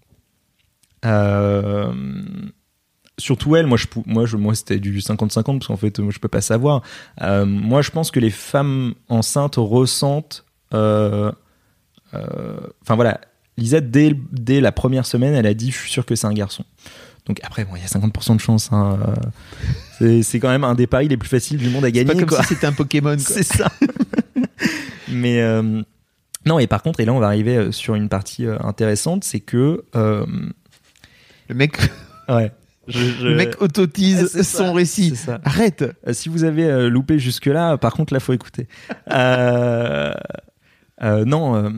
Euh, surtout elle, moi, je, moi, je, moi c'était du cinquante cinquante parce qu'en fait, moi, je peux pas savoir. Euh, moi, je pense que les femmes enceintes ressentent... Enfin, euh, euh, voilà... Lisa, dès, dès la première semaine, elle a dit « je suis sûr que c'est un garçon ». Donc après, bon, il y a cinquante pour cent de chance. Hein. C'est, c'est quand même un des paris les plus faciles du monde à gagner. C'est pas comme quoi. si c'était un Pokémon. Quoi. C'est ça. Mais euh, non, et par contre, et là, on va arriver sur une partie intéressante, c'est que... Euh, le mec... ouais. Je, je... Le mec autotise ah, son ça, récit. Arrête. Euh, si vous avez euh, loupé jusque-là, par contre, là, faut écouter. euh, euh, non... Euh,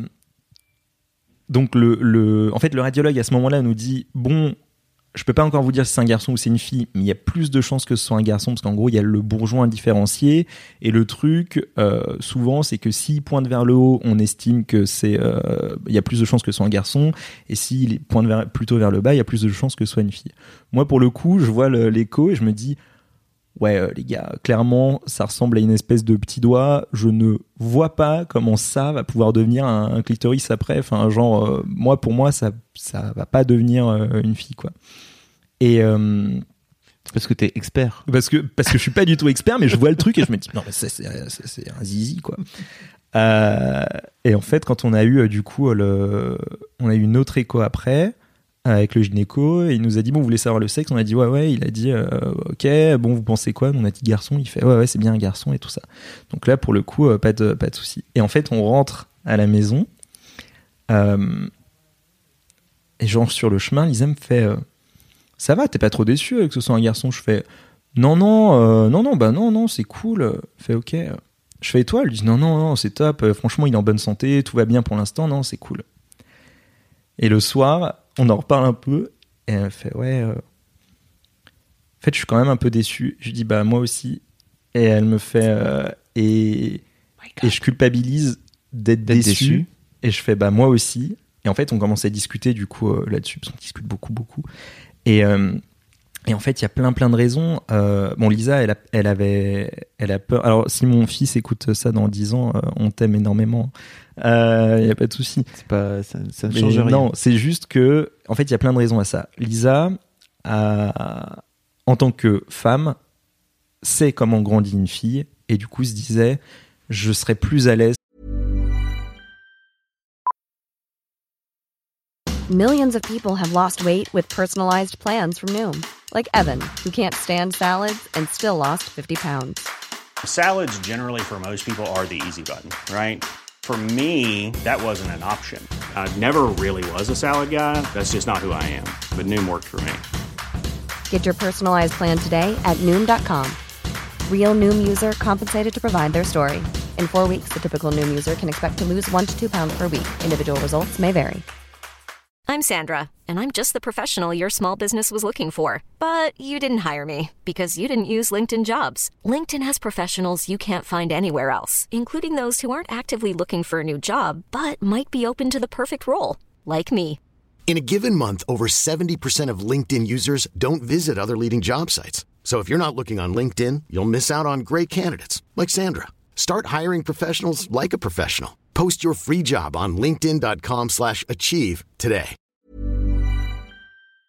Donc le, le, en fait, le radiologue à ce moment-là nous dit bon, je peux pas encore vous dire si c'est un garçon ou c'est une fille, mais il y a plus de chances que ce soit un garçon parce qu'en gros il y a le bourgeon indifférencié et le truc euh, souvent c'est que s'il pointe vers le haut, on estime que c'est, euh, il y a plus de chances que ce soit un garçon et s'il pointe vers, plutôt vers le bas, il y a plus de chances que ce soit une fille. Moi pour le coup, je vois le, l'écho et je me dis ouais, euh, les gars, clairement, ça ressemble à une espèce de petit doigt. Je ne vois pas comment ça va pouvoir devenir un, un clitoris après. Enfin, genre, euh, moi, pour moi, ça, ça va pas devenir euh, une fille, quoi. Et euh, c'est parce que t'es expert. Parce que parce que je suis pas du tout expert, mais je vois le truc et je me dis non, mais c'est, c'est, c'est, c'est un zizi, quoi. Euh, et en fait, quand on a eu euh, du coup le, on a eu une autre écho après. Avec le gynéco, et il nous a dit bon, vous voulez savoir le sexe? On a dit ouais ouais. Il a dit euh, ok, bon, vous pensez quoi? On a dit garçon. Il fait ouais ouais, c'est bien un garçon et tout ça. Donc là pour le coup euh, pas de pas de souci. Et en fait on rentre à la maison euh, et genre sur le chemin Lisa me fait euh, ça va, t'es pas trop déçu que ce soit un garçon? Je fais non non euh, non non bah non non c'est cool. Je fais ok. Je fais et toi? Elle dit non non non c'est top. Franchement il est en bonne santé, tout va bien pour l'instant. Non c'est cool. Et le soir on en reparle un peu et elle fait ouais euh... en fait je suis quand même un peu déçu. Je dis bah moi aussi. Et elle me fait euh... et et je culpabilise d'être, d'être déçu. déçu et je fais bah moi aussi. Et en fait on commence à discuter du coup euh, là-dessus parce qu'on discute beaucoup beaucoup et euh... et en fait il y a plein plein de raisons. Euh... bon Lisa elle a... elle avait elle a peur. Alors si mon fils écoute ça dans dix ans, euh, on t'aime énormément. Il euh, n'y a pas de souci. C'est pas, ça, ça ne change rien. Non, c'est juste que, en fait, il y a plein de raisons à ça. Lisa, a, en tant que femme, sait comment grandit une fille et du coup se disait, je serais plus à l'aise. Millions of people have lost weight with personalized plans from Noom, like Evan, who can't stand salads and still lost fifty pounds. Salads generally for most people are the easy button, right? For me, that wasn't an option. I never really was a salad guy. That's just not who I am. But Noom worked for me. Get your personalized plan today at Noom dot com. Real Noom user compensated to provide their story. In four weeks, the typical Noom user can expect to lose one to two pounds per week. Individual results may vary. I'm Sandra, and I'm just the professional your small business was looking for. But you didn't hire me because you didn't use LinkedIn Jobs. LinkedIn has professionals you can't find anywhere else, including those who aren't actively looking for a new job, but might be open to the perfect role, like me. In a given month, over seventy percent of LinkedIn users don't visit other leading job sites. So if you're not looking on LinkedIn, you'll miss out on great candidates like Sandra. Start hiring professionals like a professional. Post your free job on linkedin dot com slash achieve today.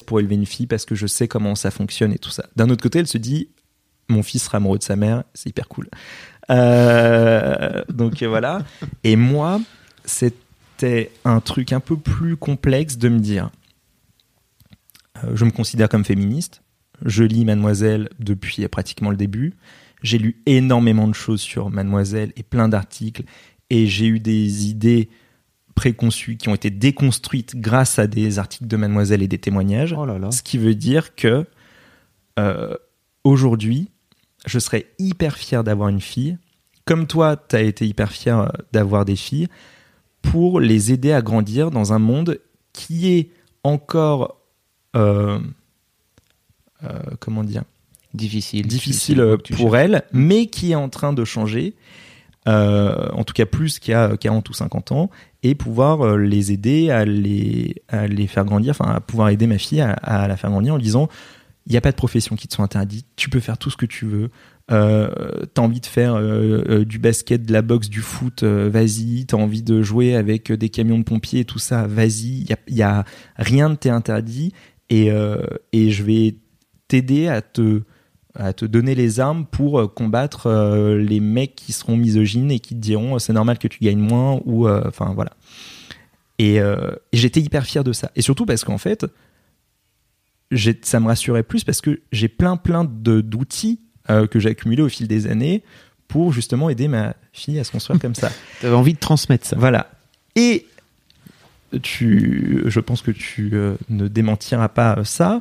pour élever une fille parce que je sais comment ça fonctionne et tout ça. D'un autre côté, elle se dit, mon fils sera amoureux de sa mère, c'est hyper cool. Euh, donc voilà. Et moi, c'était un truc un peu plus complexe de me dire, euh, je me considère comme féministe, je lis Mademoiselle depuis pratiquement le début, j'ai lu énormément de choses sur Mademoiselle et plein d'articles, et j'ai eu des idées préconçues qui ont été déconstruites grâce à des articles de Mademoiselle et des témoignages. Oh là là. Ce qui veut dire que euh, aujourd'hui, je serais hyper fier d'avoir une fille, comme toi, tu as été hyper fier d'avoir des filles, pour les aider à grandir dans un monde qui est encore, euh, euh, comment dire, difficile, difficile pour elles, mais qui est en train de changer, euh, en tout cas plus qu'il y a quarante ou cinquante ans, et pouvoir les aider à les, à les faire grandir, enfin à pouvoir aider ma fille à, à la faire grandir en lui disant, il n'y a pas de profession qui te sont interdites, tu peux faire tout ce que tu veux, euh, t'as envie de faire euh, euh, du basket, de la boxe, du foot, euh, vas-y, t'as envie de jouer avec des camions de pompiers et tout ça, vas-y, il y a, y a rien ne t'est interdit, et, euh, et je vais t'aider à te, à te donner les armes pour combattre euh, les mecs qui seront misogynes et qui te diront c'est normal que tu gagnes moins, ou enfin euh, voilà. Et, euh, et j'étais hyper fier de ça, et surtout parce qu'en fait J'ai, ça me rassurait plus parce que j'ai plein plein de, d'outils euh, que j'ai accumulés au fil des années pour justement aider ma fille à se construire comme ça. Tu avais envie de transmettre ça. Voilà. Et tu, je pense que tu euh, ne démentiras pas ça.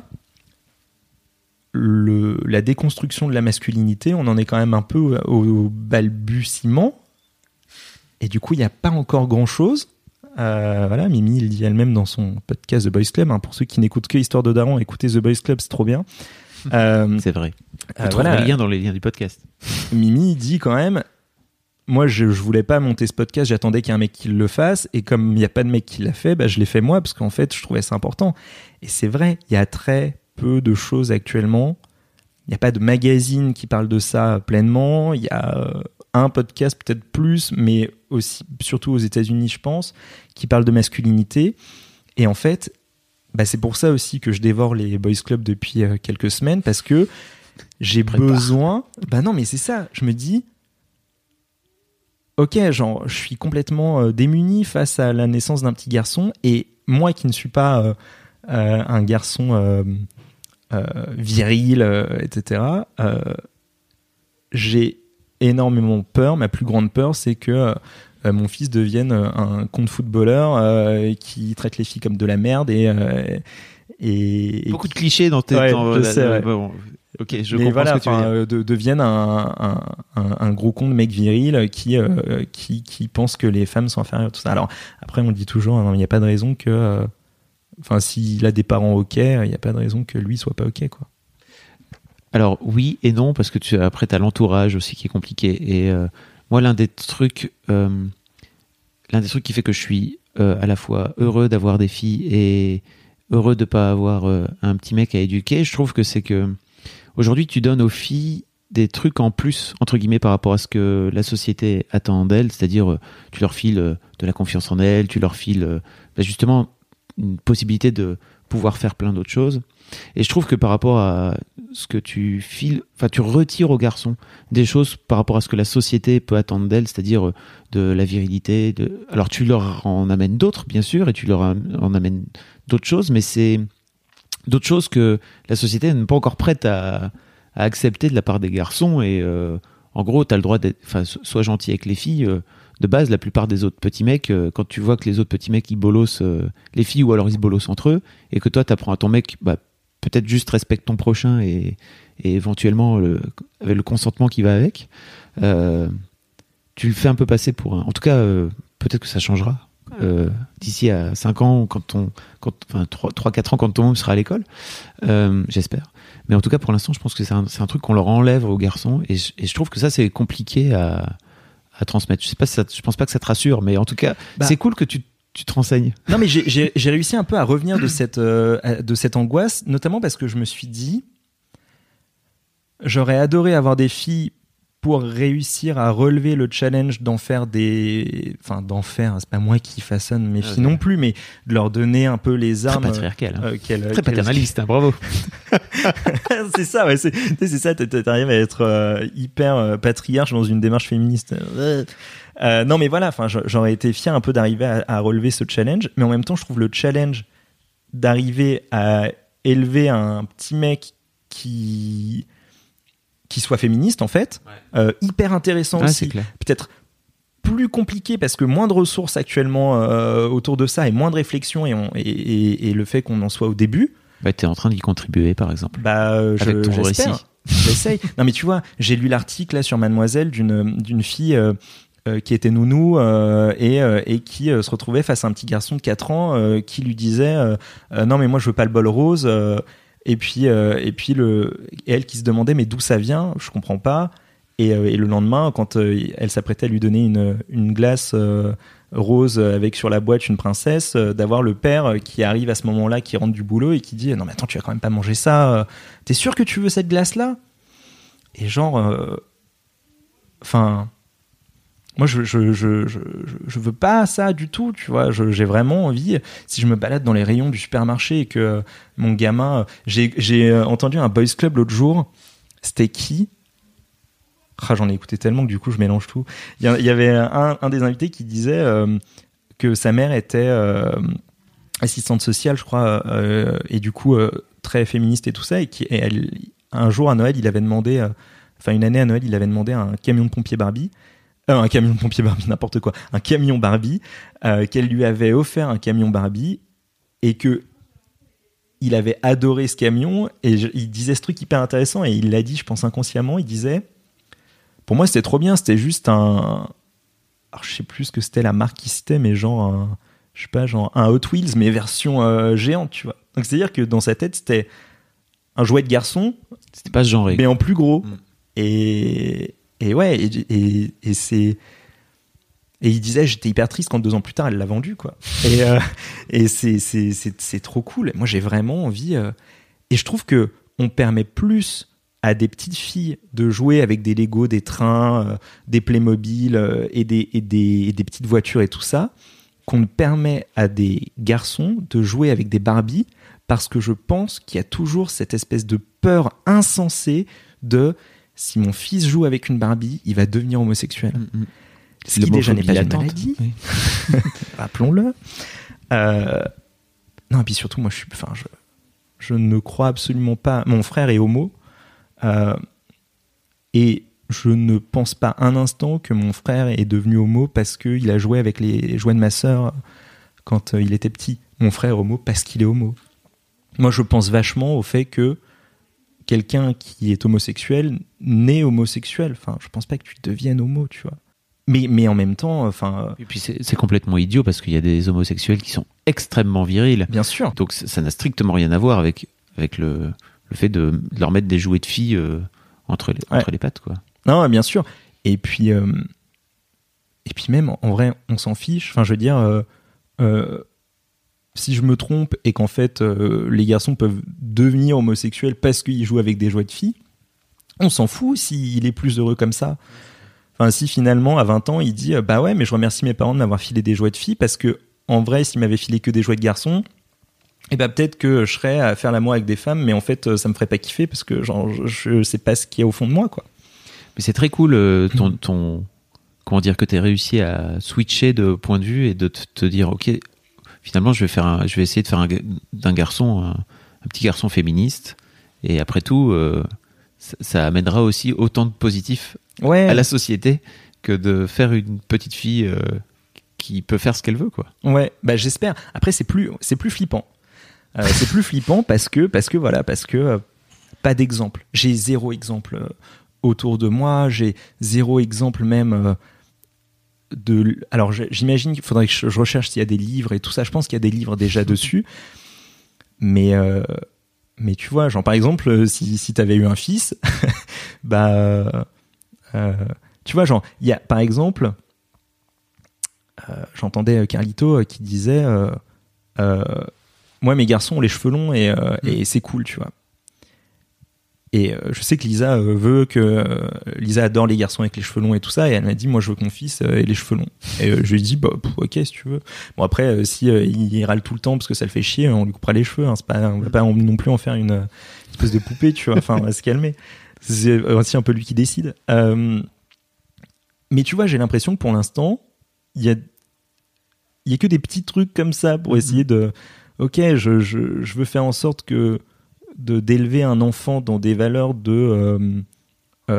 Le, la déconstruction de la masculinité, on en est quand même un peu au, au balbutiement. Et du coup, il n'y a pas encore grand-chose. Euh, voilà, Mimi il dit elle-même dans son podcast The Boys Club, hein, pour ceux qui n'écoutent que Histoire de Daron, écoutez The Boys Club, c'est trop bien. Euh, c'est vrai. Vous euh, trouverez voilà. le lien dans les liens du podcast. Mimi dit quand même, moi je, je voulais pas monter ce podcast, j'attendais qu'il y ait un mec qui le fasse, et comme il n'y a pas de mec qui l'a fait, bah, je l'ai fait moi parce qu'en fait je trouvais ça important. Et c'est vrai, il y a très peu de choses actuellement, il n'y a pas de magazine qui parle de ça pleinement, il y a euh, un podcast peut-être plus, mais aussi surtout aux États-Unis je pense, qui parle de masculinité. Et en fait, bah c'est pour ça aussi que je dévore les Boys Club depuis euh, quelques semaines, parce que j'ai Prépare. besoin... Bah non, mais c'est ça, je me dis... Ok, genre, je suis complètement euh, démuni face à la naissance d'un petit garçon, et moi qui ne suis pas euh, euh, un garçon euh, euh, viril, euh, et cetera, euh, j'ai énormément peur. Ma plus grande peur, c'est que euh, mon fils devienne un con de footballeur euh, qui traite les filles comme de la merde, et... Euh, et, et Beaucoup de clichés dans tes... Ouais, dans, je la, sais, la, ouais. bon, ok, je mais comprends voilà, ce que tu veux dire. euh, de, deviennent un, un, un, un gros con de mec viril qui, euh, qui, qui pense que les femmes sont inférieures, tout ça. Alors après, on dit toujours, il n'y a pas de raison que... Enfin, euh, s'il a des parents ok, il n'y a pas de raison que lui soit pas ok, quoi. Alors oui et non, parce que tu, après tu as l'entourage aussi qui est compliqué. Et euh, moi, l'un des trucs euh, l'un des trucs qui fait que je suis euh, à la fois heureux d'avoir des filles et heureux de ne pas avoir euh, un petit mec à éduquer, je trouve que c'est que aujourd'hui tu donnes aux filles des trucs en plus, entre guillemets, par rapport à ce que la société attend d'elles, c'est-à-dire euh, tu leur files euh, de la confiance en elles, tu leur files euh, bah, justement une possibilité de pouvoir faire plein d'autres choses. Et je trouve que par rapport à ce que tu files, enfin tu retires aux garçons des choses par rapport à ce que la société peut attendre d'elles, c'est-à-dire de la virilité. De... Alors tu leur en amènes d'autres, bien sûr, et tu leur en amènes d'autres choses, mais c'est d'autres choses que la société n'est pas encore prête à, à accepter de la part des garçons. Et euh, en gros, tu as le droit d'être, enfin, sois gentil avec les filles. Euh, de base, la plupart des autres petits mecs, euh, quand tu vois que les autres petits mecs ils bolossent euh, les filles, ou alors ils se bolossent entre eux, et que toi t'apprends à ton mec, bah peut-être juste respecte ton prochain et, et éventuellement le, avec le consentement qui va avec, euh, tu le fais un peu passer pour un... En tout cas, euh, peut-être que ça changera euh, d'ici à cinq ans, quand ton, quand, enfin trois quatre ans, quand ton homme sera à l'école, euh, j'espère. Mais en tout cas, pour l'instant, je pense que c'est un, c'est un truc qu'on leur enlève aux garçons, et je, et je trouve que ça, c'est compliqué à, à transmettre. Je sais pas si ça, je pense pas que ça te rassure, mais en tout cas, bah, c'est cool que tu tu te renseignes. Non, mais j'ai, j'ai, j'ai réussi un peu à revenir de cette, euh, de cette angoisse, notamment parce que je me suis dit, j'aurais adoré avoir des filles pour réussir à relever le challenge d'en faire des, enfin d'en faire, c'est pas moi qui façonne mes filles okay. non plus, mais de leur donner un peu les armes. Très patriarcal, hein. euh, qu'elle, très qu'elle... paternaliste, hein, bravo. c'est ça, ouais, c'est, c'est ça, t'arrives à être euh, hyper euh, patriarche dans une démarche féministe. Euh, non, mais voilà, enfin, j'aurais été fier un peu d'arriver à, à relever ce challenge, mais en même temps, je trouve le challenge d'arriver à élever un petit mec qui qui soit féministe en fait, ouais. euh, hyper intéressant ouais, aussi, peut-être plus compliqué parce que moins de ressources actuellement euh, autour de ça et moins de réflexion et, on, et, et, et le fait qu'on en soit au début. Bah, t'es en train d'y contribuer par exemple. Bah, je, avec ton j'espère. récit. J'essaye. Non mais tu vois, j'ai lu l'article là sur Mademoiselle d'une d'une fille euh, euh, qui était nounou euh, et euh, et qui euh, se retrouvait face à un petit garçon de quatre ans euh, qui lui disait euh, euh, non mais moi je veux pas le bol rose. Euh, Et puis, euh, et puis le, et elle qui se demandait mais d'où ça vient, je comprends pas. Et, euh, et le lendemain, quand euh, elle s'apprêtait à lui donner une, une glace euh, rose avec sur la boîte une princesse, euh, d'avoir le père qui arrive à ce moment-là, qui rentre du boulot et qui dit non mais attends, tu vas quand même pas manger ça. T'es sûr que tu veux cette glace-là ? Et genre, enfin. Euh, Moi, je, je, je, je, je veux pas ça du tout, tu vois. Je, j'ai vraiment envie, si je me balade dans les rayons du supermarché et que euh, mon gamin. J'ai, j'ai entendu un boys club l'autre jour. C'était qui ? Ah, j'en ai écouté tellement que du coup, je mélange tout. Il y, y avait un, un des invités qui disait euh, que sa mère était euh, assistante sociale, je crois, euh, et du coup, euh, très féministe et tout ça. Et, qui, et elle, un jour à Noël, il avait demandé. Euh, enfin, une année à Noël, il avait demandé un camion de pompiers Barbie. Euh, un camion de pompier Barbie, n'importe quoi, un camion Barbie, euh, qu'elle lui avait offert un camion Barbie et que il avait adoré ce camion et je, il disait ce truc hyper intéressant et il l'a dit, je pense inconsciemment, il disait pour moi c'était trop bien, c'était juste un, alors je sais plus ce que c'était la marque qui citait, mais genre un, je sais pas, genre un Hot Wheels mais version euh, géante, tu vois. Donc c'est à dire que dans sa tête c'était un jouet de garçon, c'était pas genré, mais en plus gros. Mm. et Et ouais, et, et, et c'est. Et il disait, j'étais hyper triste quand deux ans plus tard, elle l'a vendu, quoi. Et, euh, et c'est, c'est, c'est, c'est trop cool. Moi, j'ai vraiment envie. Euh... Et je trouve qu'on permet plus à des petites filles de jouer avec des Lego, des trains, euh, des Playmobil euh, et, des, et, des, et des petites voitures et tout ça, qu'on ne permet à des garçons de jouer avec des Barbies parce que je pense qu'il y a toujours cette espèce de peur insensée de. Si mon fils joue avec une Barbie, il va devenir homosexuel. Mmh. Ce qui déjà n'est pas une maladie. Oui. Rappelons-le. Euh, non, et puis surtout, moi, je suis, enfin, je, je ne crois absolument pas. Mon frère est homo, euh, et je ne pense pas un instant que mon frère est devenu homo parce qu'il a joué avec les jouets de ma sœur quand il était petit. Mon frère est homo parce qu'il est homo. Moi, je pense vachement au fait que quelqu'un qui est homosexuel naît homosexuel. Enfin, je pense pas que tu deviennes homo, tu vois. Mais, mais en même temps, enfin. Et puis c'est, c'est complètement idiot parce qu'il y a des homosexuels qui sont extrêmement virils. Bien sûr. Donc ça n'a strictement rien à voir avec avec le le fait de leur mettre des jouets de filles euh, entre les ouais. entre les pattes, quoi. Non, bien sûr. Et puis euh, et puis même en vrai, on s'en fiche. Enfin, je veux dire. Euh, euh, Si je me trompe et qu'en fait euh, les garçons peuvent devenir homosexuels parce qu'ils jouent avec des jouets de filles, on s'en fout s'il est plus heureux comme ça. Enfin, si finalement à vingt ans il dit euh, bah ouais, mais je remercie mes parents de m'avoir filé des jouets de filles parce que en vrai s'ils m'avaient filé que des jouets de garçons, et bah peut-être que je serais à faire l'amour avec des femmes, mais en fait ça me ferait pas kiffer parce que genre je, je sais pas ce qu'il y a au fond de moi, quoi. Mais c'est très cool euh, ton ton comment dire que t'aies réussi à switcher de point de vue et de te, te dire ok. Finalement, je vais faire, un, je vais essayer de faire un, d'un garçon un, un petit garçon féministe. Et après tout, euh, ça, ça amènera aussi autant de positifs ouais. à la société que de faire une petite fille euh, qui peut faire ce qu'elle veut, quoi. Ouais, bah j'espère. Après, c'est plus, c'est plus flippant. Euh, c'est plus flippant parce que, parce que voilà, parce que euh, pas d'exemple. J'ai zéro exemple euh, autour de moi. J'ai zéro exemple même. Euh, De, alors j'imagine qu'il faudrait que je recherche s'il y a des livres et tout ça. Je pense qu'il y a des livres déjà dessus, mais euh, mais tu vois, genre par exemple si si t'avais eu un fils, bah euh, tu vois, genre il y a par exemple euh, j'entendais Carlito qui disait euh, euh, moi mes garçons ont les cheveux longs et euh, mmh. et c'est cool, tu vois. Et euh, je sais que Lisa euh, veut que euh, Lisa adore les garçons avec les cheveux longs et tout ça, et elle m'a dit moi je veux que mon fils euh, ait les cheveux longs. Et euh, je lui ai dit bah pff, ok si tu veux. Bon après euh, si euh, il râle tout le temps parce que ça le fait chier, on lui coupera les cheveux. Hein, c'est pas, on va pas non plus en faire une euh, espèce de poupée, tu vois. Enfin on va se calmer. C'est aussi un peu lui qui décide. Euh, mais tu vois j'ai l'impression que pour l'instant il y a il y a que des petits trucs comme ça pour essayer de ok je je je veux faire en sorte que de d'élever un enfant dans des valeurs de euh, euh,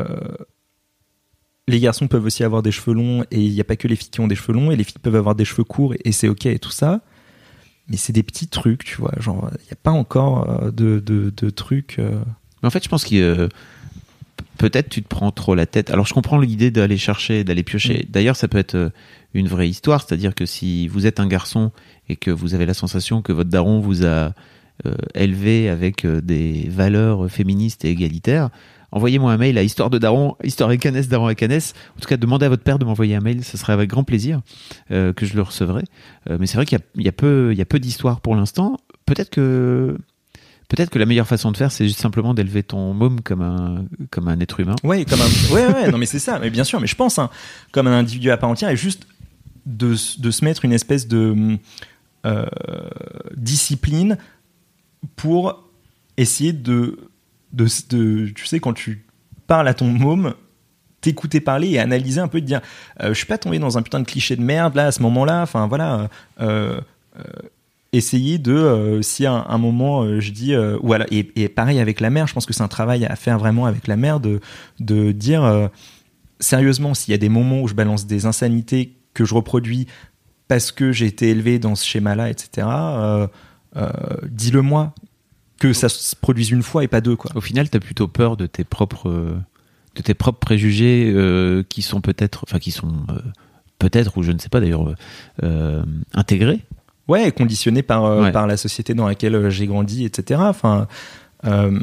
les garçons peuvent aussi avoir des cheveux longs et il n'y a pas que les filles qui ont des cheveux longs et les filles peuvent avoir des cheveux courts et, et c'est ok et tout ça, mais c'est des petits trucs, tu vois, genre il n'y a pas encore euh, de, de, de trucs euh... en fait je pense que euh, peut-être tu te prends trop la tête. Alors je comprends l'idée d'aller chercher, d'aller piocher, mmh. D'ailleurs ça peut être euh, une vraie histoire, c'est-à-dire que si vous êtes un garçon et que vous avez la sensation que votre daron vous a Euh, élevé avec euh, des valeurs féministes et égalitaires, envoyez-moi un mail à histoire de daron, histoire avec un S, daron avec un S. En tout cas, demandez à votre père de m'envoyer un mail, ce serait avec grand plaisir euh, que je le recevrai. Euh, mais c'est vrai qu'il y a, il y a peu, il y a peu d'histoires pour l'instant. Peut-être que, peut-être que la meilleure façon de faire, c'est juste simplement d'élever ton môme comme un, comme un être humain. Ouais, comme un, ouais, ouais, non mais c'est ça. Mais bien sûr, mais je pense, hein, comme un individu à part entière, et juste de, de se mettre une espèce de euh, discipline pour essayer de, de, de, tu sais, quand tu parles à ton môme, t'écouter parler et analyser un peu, de dire, euh, je suis pas tombé dans un putain de cliché de merde là à ce moment-là. Enfin voilà, euh, euh, essayer de, euh, si à un, un moment euh, je dis, euh, ou alors, et, et pareil avec la mère, je pense que c'est un travail à faire vraiment avec la mère de, de dire euh, sérieusement, s'il y a des moments où je balance des insanités que je reproduis parce que j'ai été élevé dans ce schéma-là, et cetera. Euh, Euh, dis-le moi, que ça se produise une fois et pas deux, quoi. Au final, t'as plutôt peur de tes propres, de tes propres préjugés euh, qui sont peut-être, enfin qui sont euh, peut-être ou je ne sais pas d'ailleurs euh, intégrés. Ouais, conditionnés par euh, ouais. par la société dans laquelle j'ai grandi, et cetera. Enfin, euh,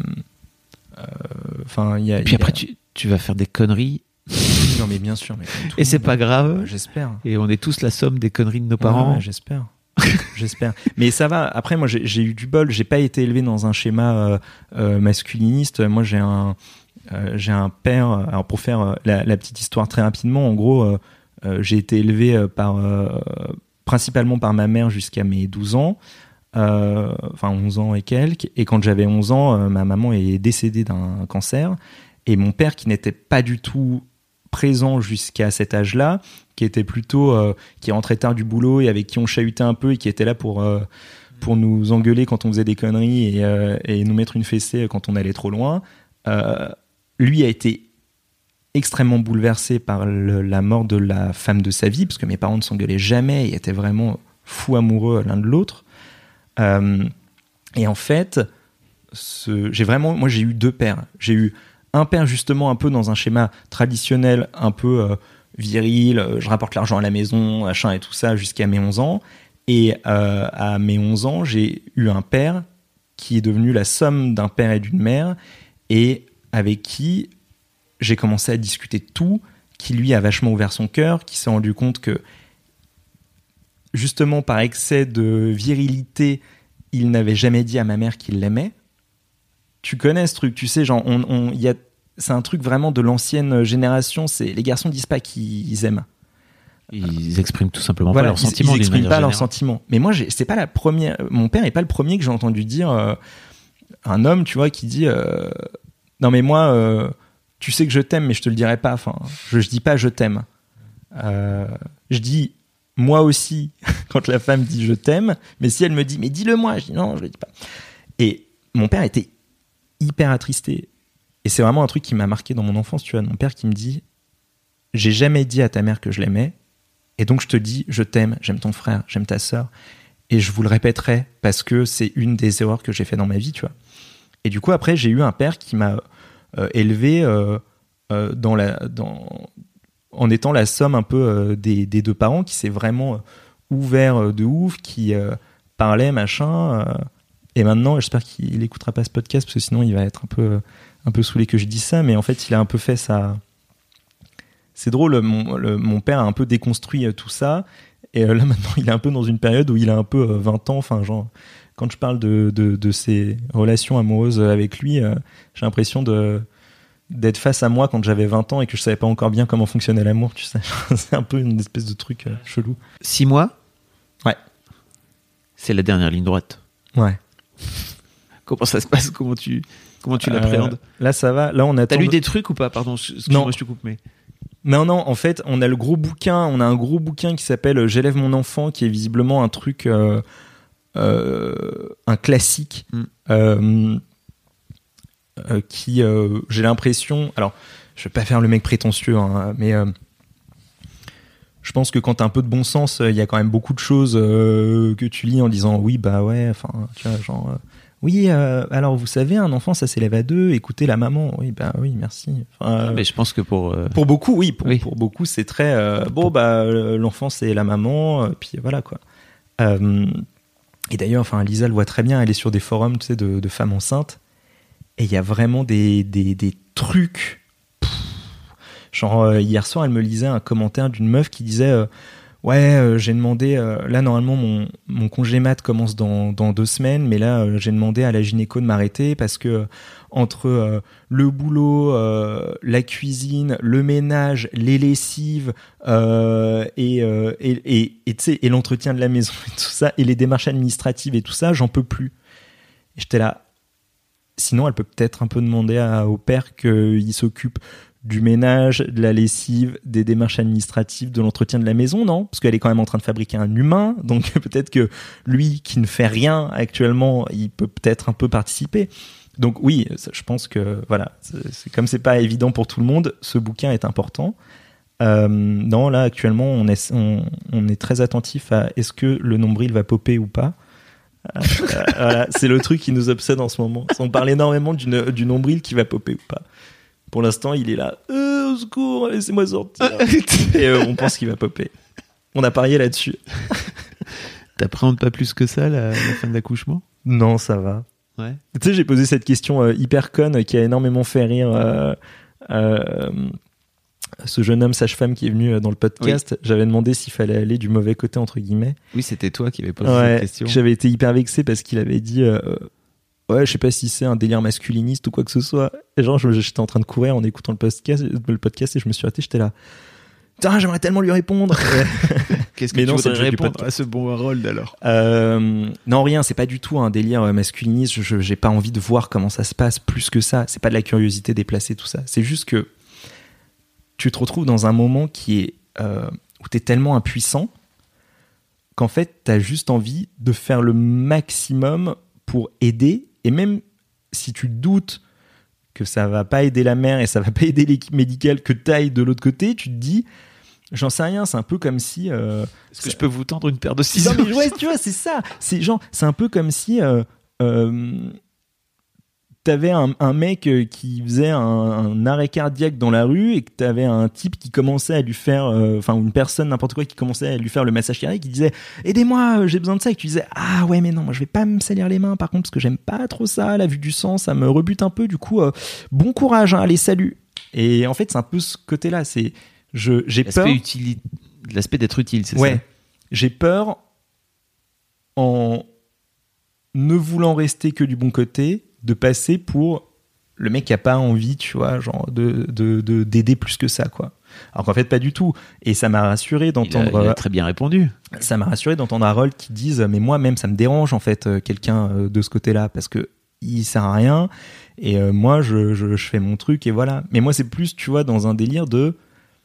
enfin, il y a. Et puis après, a... tu tu vas faire des conneries. Non mais bien sûr. Mais et c'est pas grave. Bah, j'espère. Et on est tous la somme des conneries de nos parents. Ouais, ouais, j'espère. J'espère. Mais ça va. Après, moi, j'ai, j'ai eu du bol. J'ai pas été élevé dans un schéma euh, euh, masculiniste. Moi, j'ai un, euh, j'ai un père. Alors, pour faire la, la petite histoire très rapidement, en gros, euh, euh, j'ai été élevé par, euh, principalement par ma mère jusqu'à mes douze ans. Euh, enfin, onze ans et quelques. Et quand j'avais onze ans, euh, ma maman est décédée d'un cancer. Et mon père, qui n'était pas du tout présent jusqu'à cet âge-là, qui était plutôt euh, qui rentrait tard du boulot et avec qui on chahutait un peu et qui était là pour euh, pour nous engueuler quand on faisait des conneries et, euh, et nous mettre une fessée quand on allait trop loin. Euh, lui a été extrêmement bouleversé par le, la mort de la femme de sa vie, parce que mes parents ne s'engueulaient jamais et étaient vraiment fous amoureux l'un de l'autre. Euh, et en fait, ce, j'ai vraiment, moi j'ai eu deux pères. J'ai eu un père justement un peu dans un schéma traditionnel, un peu euh, viril, euh, je rapporte l'argent à la maison, machin et tout ça, jusqu'à mes onze ans. Et euh, à mes onze ans, j'ai eu un père qui est devenu la somme d'un père et d'une mère, et avec qui j'ai commencé à discuter de tout, qui lui a vachement ouvert son cœur, qui s'est rendu compte que justement par excès de virilité, il n'avait jamais dit à ma mère qu'il l'aimait. Tu connais ce truc, tu sais, genre, on, on, y a, c'est un truc vraiment de l'ancienne génération, c'est les garçons disent pas qu'ils aiment. Ils expriment tout simplement voilà, pas leurs sentiments. Ils expriment pas leurs générale. sentiments. Mais moi, j'ai, c'est pas la première. Mon père est pas le premier que j'ai entendu dire euh, un homme, tu vois, qui dit euh, non mais moi, euh, tu sais que je t'aime, mais je te le dirai pas. Enfin, je, je dis pas je t'aime. Euh, je dis moi aussi quand la femme dit je t'aime, mais si elle me dit mais dis-le moi, je dis non, je le dis pas. Et mon père était hyper attristé. Et c'est vraiment un truc qui m'a marqué dans mon enfance, tu vois. Mon père qui me dit j'ai jamais dit à ta mère que je l'aimais, et donc je te dis je t'aime, j'aime ton frère, j'aime ta sœur, et je vous le répéterai parce que c'est une des erreurs que j'ai fait dans ma vie, tu vois. Et du coup après j'ai eu un père qui m'a euh, élevé euh, euh, dans la, dans, en étant la somme un peu euh, des, des deux parents, qui s'est vraiment euh, ouvert euh, de ouf, qui euh, parlait machin... Euh, Et maintenant, j'espère qu'il n'écoutera pas ce podcast, parce que sinon il va être un peu, un peu saoulé que je dise ça, mais en fait il a un peu fait ça. C'est drôle, mon, le, mon père a un peu déconstruit tout ça, et là maintenant il est un peu dans une période où il a un peu vingt ans, enfin genre, quand je parle de, de, de ces relations amoureuses avec lui, euh, j'ai l'impression de, d'être face à moi quand j'avais vingt ans et que je savais pas encore bien comment fonctionnait l'amour, tu sais. C'est un peu une espèce de truc euh, chelou. Six mois ? Ouais. C'est la dernière ligne droite. Ouais. Comment ça se passe ? Comment tu, comment tu l'appréhendes ? euh, Là, ça va. Là, on attend. T'as lu de... des trucs ou pas ? Pardon, excuse-moi, je te coupe, mais... Non, non, en fait, on a le gros bouquin, on a un gros bouquin qui s'appelle « J'élève mon enfant », qui est visiblement un truc, euh, euh, un classique, mm. euh, euh, qui, euh, j'ai l'impression... Alors, je vais pas faire le mec prétentieux, hein, mais euh, je pense que quand t'as un peu de bon sens, il y a quand même beaucoup de choses euh, que tu lis en disant « Oui, bah ouais, enfin, tu vois, genre... Euh, oui, euh, alors vous savez, un enfant, ça s'élève à deux. Écoutez la maman. Oui, bah oui, merci. Enfin, euh, mais je pense que pour euh... pour beaucoup, oui, pour, oui. pour beaucoup, c'est très euh, bon. Bah l'enfant, c'est la maman. Euh, puis voilà quoi. Euh, et d'ailleurs, enfin, Lisa le voit très bien. Elle est sur des forums, tu sais, de, de femmes enceintes. Et il y a vraiment des des, des trucs. Pff, genre euh, hier soir, elle me lisait un commentaire d'une meuf qui disait. Euh, Ouais, euh, j'ai demandé. Euh, là, normalement, mon, mon congé mat commence dans, dans deux semaines, mais là, euh, j'ai demandé à la gynéco de m'arrêter parce que euh, entre euh, le boulot, euh, la cuisine, le ménage, les lessives euh, et euh, et et, et, tu sais, et l'entretien de la maison et tout ça, et les démarches administratives et tout ça, j'en peux plus. Et j'étais là. Sinon, elle peut peut-être un peu demander à, au père qu'il s'occupe du ménage, de la lessive, des démarches administratives, de l'entretien de la maison, non ? Parce qu'elle est quand même en train de fabriquer un humain, donc peut-être que lui, qui ne fait rien actuellement, il peut peut-être un peu participer. Donc oui, je pense que, voilà, c'est, c'est, comme c'est pas évident pour tout le monde, ce bouquin est important. Euh, non, là, actuellement, on est, on, on est très attentif à est-ce que le nombril va popper ou pas. Euh, voilà, c'est le truc qui nous obsède en ce moment. On parle énormément du, du nombril qui va popper ou pas. Pour l'instant, il est là. Euh, au secours, laissez-moi sortir. Et euh, on pense qu'il va popper. On a parié là-dessus. T'appréhendes pas plus que ça la, la fin de l'accouchement ? Non, ça va. Ouais. Tu sais, j'ai posé cette question euh, hyper conne qui a énormément fait rire euh, euh, ce jeune homme sage-femme qui est venu dans le podcast. Oui. J'avais demandé s'il fallait aller du mauvais côté, entre guillemets. Oui, c'était toi qui avais posé ouais, cette question. J'avais été hyper vexé parce qu'il avait dit... Euh, ouais, je sais pas si c'est un délire masculiniste ou quoi que ce soit. Et genre, j'étais en train de courir en écoutant le podcast, le podcast et je me suis arrêté, j'étais là. Putain, j'aimerais tellement lui répondre. Qu'est-ce que Mais tu non, voudrais répondre à ce bon Harold alors euh, Non, rien, c'est pas du tout un délire masculiniste. Je, je, j'ai pas envie de voir comment ça se passe plus que ça. C'est pas de la curiosité déplacée, tout ça. C'est juste que tu te retrouves dans un moment qui est euh, où t'es tellement impuissant qu'en fait, t'as juste envie de faire le maximum pour aider. Et même si tu doutes que ça va pas aider la mère et ça va pas aider l'équipe médicale que t'ailles de l'autre côté, tu te dis, j'en sais rien, c'est un peu comme si... Euh, Est-ce que je peux vous tendre une paire de ciseaux ? Non mais ouais, tu vois, c'est ça. C'est, genre, c'est un peu comme si euh, euh, t'avais un, un mec qui faisait un, un arrêt cardiaque dans la rue et que t'avais un type qui commençait à lui faire, enfin euh, une personne, n'importe quoi, qui commençait à lui faire le massage cardiaque, qui disait « Aidez-moi, j'ai besoin de ça ». Et que tu disais « Ah ouais, mais non, moi je vais pas me salir les mains par contre parce que j'aime pas trop ça, la vue du sang, ça me rebute un peu, du coup, euh, bon courage, hein, allez, salut ». Et en fait, c'est un peu ce côté-là, c'est... Je, j'ai l'aspect peur... Utili... L'aspect d'être utile, c'est ouais. ça ? Ouais, j'ai peur en ne voulant rester que du bon côté, de passer pour le mec qui a pas envie, tu vois, genre de, de, de d'aider plus que ça, quoi. Alors qu'en fait pas du tout. Et ça m'a rassuré d'entendre. Il a, il a très bien répondu. Ça m'a rassuré d'entendre Harold qui dise, mais moi même ça me dérange en fait quelqu'un de ce côté-là parce que il sert à rien. Et euh, moi je, je je fais mon truc et voilà. Mais moi c'est plus, tu vois, dans un délire de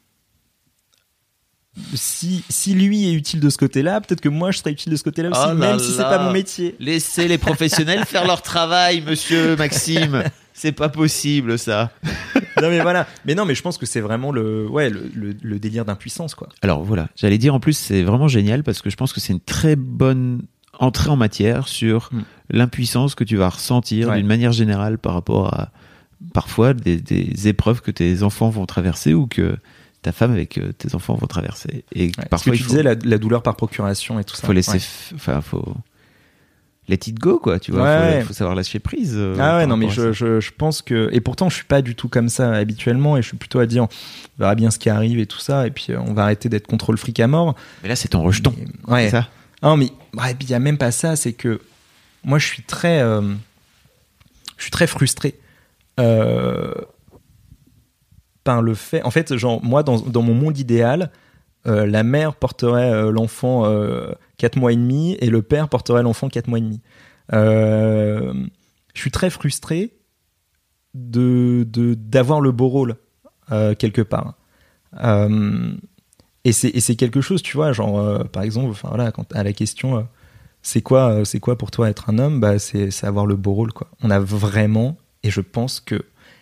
Si, si lui est utile de ce côté-là, peut-être que moi je serais utile de ce côté-là aussi, oh même si c'est pas mon métier. Laissez les professionnels faire leur travail, monsieur Maxime. C'est pas possible, ça. Non mais voilà. Mais non, mais je pense que c'est vraiment le, ouais, le, le, le délire d'impuissance, quoi. Alors voilà, j'allais dire en plus, c'est vraiment génial parce que je pense que c'est une très bonne entrée en matière sur mm. l'impuissance que tu vas ressentir ouais. d'une manière générale par rapport à parfois des, des épreuves que tes enfants vont traverser ou que ta femme avec euh, tes enfants vont traverser. Et ouais, parfois, ce que tu faut, disais, la, la douleur par procuration et tout ça. Faut laisser, ouais. f- enfin, faut let it go, quoi. Tu vois, ouais. faut, faut savoir lâcher prise. Euh, ah ouais, non, mais je, je, je pense que, et pourtant, je suis pas du tout comme ça habituellement, et je suis plutôt à dire, on verra bien ce qui arrive et tout ça, et puis on va arrêter d'être contre le fric à mort. Mais là, c'est ton rejeton. Mais, ouais. C'est ça. Non, mais, ouais, puis il y a même pas ça, c'est que moi, je suis très, euh, je suis très frustré euh, par le fait. En fait, genre, moi, dans, dans mon monde idéal, euh, la mère porterait euh, l'enfant euh, quatre mois et demi et le père porterait l'enfant quatre mois et demi. Euh, je suis très frustré de, de, d'avoir le beau rôle euh, quelque part. Euh, et, c'est, et c'est quelque chose, tu vois, genre, euh, par exemple, enfin, voilà, quand, à la question, euh, c'est, quoi, euh, c'est quoi pour toi être un homme, bah, c'est, c'est avoir le beau rôle, quoi. On a vraiment, et je pense que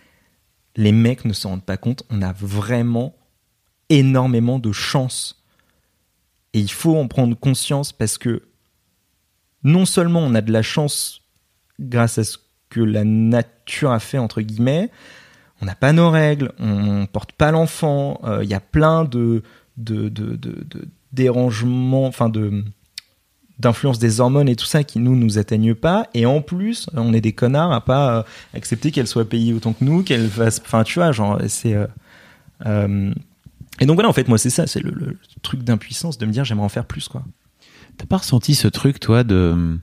les mecs ne s'en rendent pas compte, on a vraiment énormément de chance. Et il faut en prendre conscience parce que non seulement on a de la chance grâce à ce que la nature a fait, entre guillemets, on n'a pas nos règles, on ne porte pas l'enfant, il euh, y a plein de, de, de, de, de dérangements, enfin de, d'influence des hormones et tout ça qui nous nous atteignent pas, et en plus on est des connards à pas euh, accepter qu'elle soit payée autant que nous, qu'elle fasse, enfin tu vois, genre c'est euh, euh, et donc voilà, en fait moi c'est ça, c'est le, le truc d'impuissance de me dire j'aimerais en faire plus, quoi. T'as pas ressenti ce truc, toi, de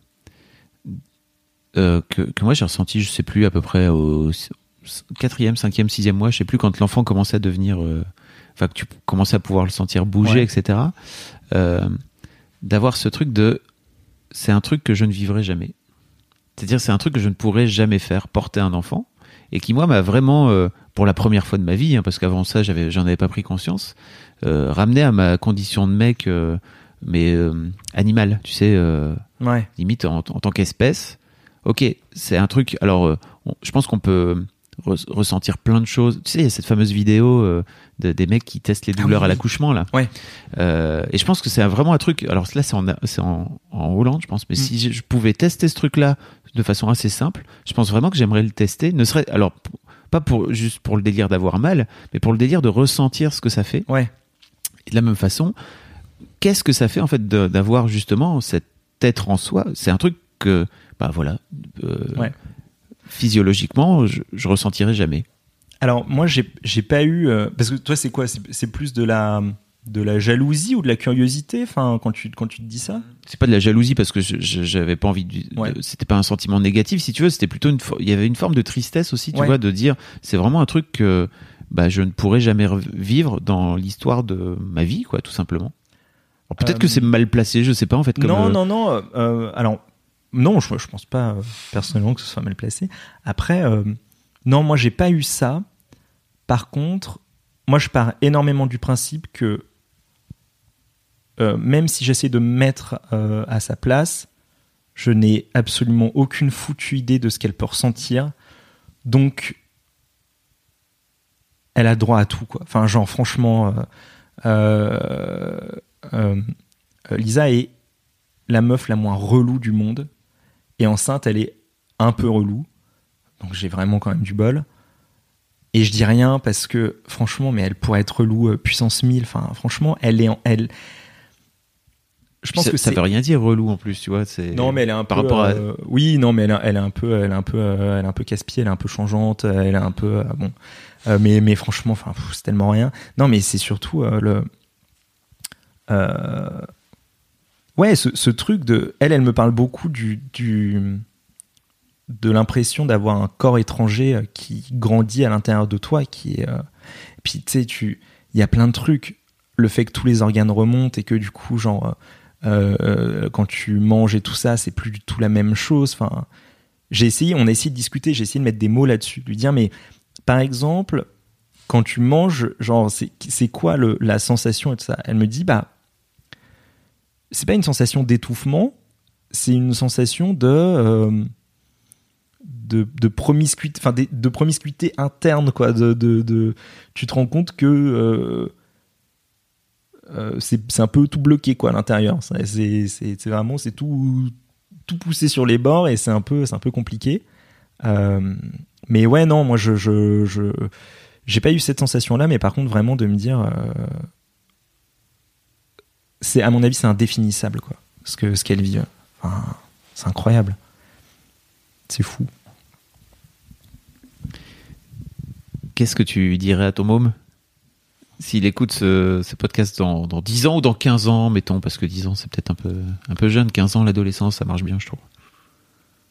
euh, que, que moi j'ai ressenti, je sais plus, à peu près au quatrième, cinquième, sixième mois, je sais plus, quand l'enfant commençait à devenir, euh, enfin que tu commençais à pouvoir le sentir bouger, ouais. et cetera. Euh, d'avoir ce truc de, c'est un truc que je ne vivrai jamais. C'est-à-dire, c'est un truc que je ne pourrai jamais faire, porter un enfant, et qui moi m'a vraiment, euh, pour la première fois de ma vie, hein, parce qu'avant ça, j'avais, j'en avais pas pris conscience, euh, ramené à ma condition de mec. Euh, mais euh, animal, tu sais, euh, ouais. limite en, en tant qu'espèce. Ok, c'est un truc. Alors, euh, on, je pense qu'on peut re- ressentir plein de choses. Tu sais, il y a cette fameuse vidéo euh, de, des mecs qui testent les douleurs ah oui. à l'accouchement là. Ouais. Euh, et je pense que c'est vraiment un truc. Alors là, c'est en, c'est en, en Hollande, je pense. Mais mm. si je, je pouvais tester ce truc-là de façon assez simple, je pense vraiment que j'aimerais le tester. Ne serait, alors pas pour juste pour le délire d'avoir mal, mais pour le délire de ressentir ce que ça fait. Ouais. Et de la même façon. Qu'est-ce que ça fait en fait de, d'avoir justement cet être en soi ? C'est un truc que, bah voilà, euh, ouais. physiologiquement, je, je ressentirai jamais. Alors moi, j'ai j'ai pas eu euh, parce que toi, c'est quoi ? C'est, c'est plus de la de la jalousie ou de la curiosité ? Enfin, quand tu quand tu te dis ça ? C'est pas de la jalousie parce que je, je, j'avais pas envie de, ouais. de. C'était pas un sentiment négatif, si tu veux. C'était plutôt une. Il y avait une forme de tristesse aussi, tu ouais. vois, de dire c'est vraiment un truc que bah je ne pourrai jamais vivre dans l'histoire de ma vie, quoi, tout simplement. Alors, peut-être euh, que c'est mal placé, je sais pas en fait. Comme non, euh... non, non. Euh, alors, non, je, je pense pas euh, personnellement que ce soit mal placé. Après, euh, non, moi j'ai pas eu ça. Par contre, moi je pars énormément du principe que euh, même si j'essaie de me mettre euh, à sa place, je n'ai absolument aucune foutue idée de ce qu'elle peut ressentir. Donc, elle a droit à tout, quoi. Enfin, genre, franchement. Euh, euh, Euh, Lisa est la meuf la moins relou du monde, et enceinte elle est un peu relou, donc j'ai vraiment quand même du bol, et je dis rien parce que franchement, mais elle pourrait être relou euh, puissance mille, enfin franchement elle est en, elle je pense ça, que ça c'est... veut rien dire relou en plus, tu vois, c'est non mais elle est un par peu rapport à... euh, oui non mais elle, elle est un peu elle est un peu euh, elle est un peu casse-pied, elle est un peu changeante, elle est un peu euh, bon euh, mais mais franchement enfin c'est tellement rien. Non mais c'est surtout euh, le Euh... ouais, ce, ce truc de elle, elle me parle beaucoup du, du de l'impression d'avoir un corps étranger qui grandit à l'intérieur de toi, qui est. Euh... Puis tu sais, tu, il y a plein de trucs. Le fait que tous les organes remontent et que du coup, genre, euh, quand tu manges et tout ça, c'est plus du tout la même chose. Enfin, j'ai essayé, on a essayé de discuter, j'ai essayé de mettre des mots là-dessus, de lui dire, mais par exemple, quand tu manges, genre, c'est, c'est quoi le, la sensation et tout ça ? Elle me dit, bah. C'est pas une sensation d'étouffement, c'est une sensation de euh, de, de promiscuité, enfin de, de promiscuité interne, quoi. De, de, de, tu te rends compte que euh, euh, c'est, c'est un peu tout bloqué, quoi, à l'intérieur. C'est, c'est, c'est, c'est vraiment c'est tout tout poussé sur les bords et c'est un peu c'est un peu compliqué. Euh, mais ouais, non, moi je je je j'ai pas eu cette sensation-là, mais par contre vraiment de me dire. Euh, c'est, à mon avis, c'est indéfinissable, quoi. Ce, que, ce qu'elle vit. Enfin, c'est incroyable. C'est fou. Qu'est-ce que tu dirais à ton môme s'il écoute ce, ce podcast dans, dans dix ans ou dans quinze ans, mettons, parce que dix ans, c'est peut-être un peu, un peu jeune. quinze ans, l'adolescence, ça marche bien, je trouve.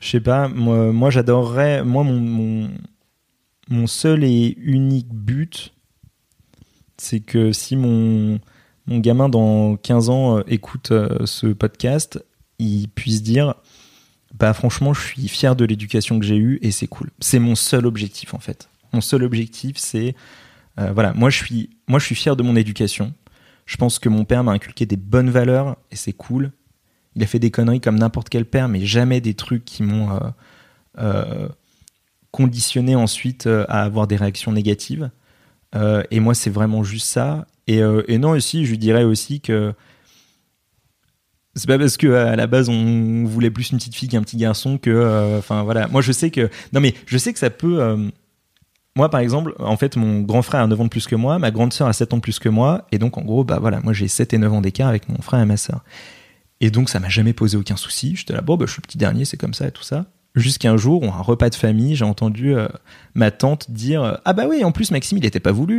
Je sais pas, moi, moi j'adorerais, moi mon, mon, mon seul et unique but, c'est que si mon, mon gamin dans quinze ans euh, écoute euh, ce podcast, il puisse dire, bah franchement je suis fier de l'éducation que j'ai eue et c'est cool. C'est mon seul objectif en fait. Mon seul objectif c'est, euh, voilà, moi je suis, moi je suis fier de mon éducation. Je pense que mon père m'a inculqué des bonnes valeurs et c'est cool. Il a fait des conneries comme n'importe quel père, mais jamais des trucs qui m'ont euh, euh, conditionné ensuite euh, à avoir des réactions négatives. Euh, et moi, c'est vraiment juste ça. Et, euh, et non, aussi, je lui dirais aussi que c'est pas parce qu'à la base, on voulait plus une petite fille qu'un petit garçon que... Enfin, euh, voilà. Moi, je sais que... Non, mais je sais que ça peut... Euh, moi, par exemple, en fait, mon grand frère a neuf ans de plus que moi, ma grande sœur a sept ans de plus que moi. Et donc, en gros, bah voilà, moi, j'ai sept et neuf ans d'écart avec mon frère et ma sœur. Et donc, ça m'a jamais posé aucun souci. J'étais là, bon, bah, je suis le petit dernier, c'est comme ça et tout ça. Jusqu'à un jour, où un repas de famille, j'ai entendu euh, ma tante dire « Ah bah oui, en plus, Maxime, il était pas voulu. »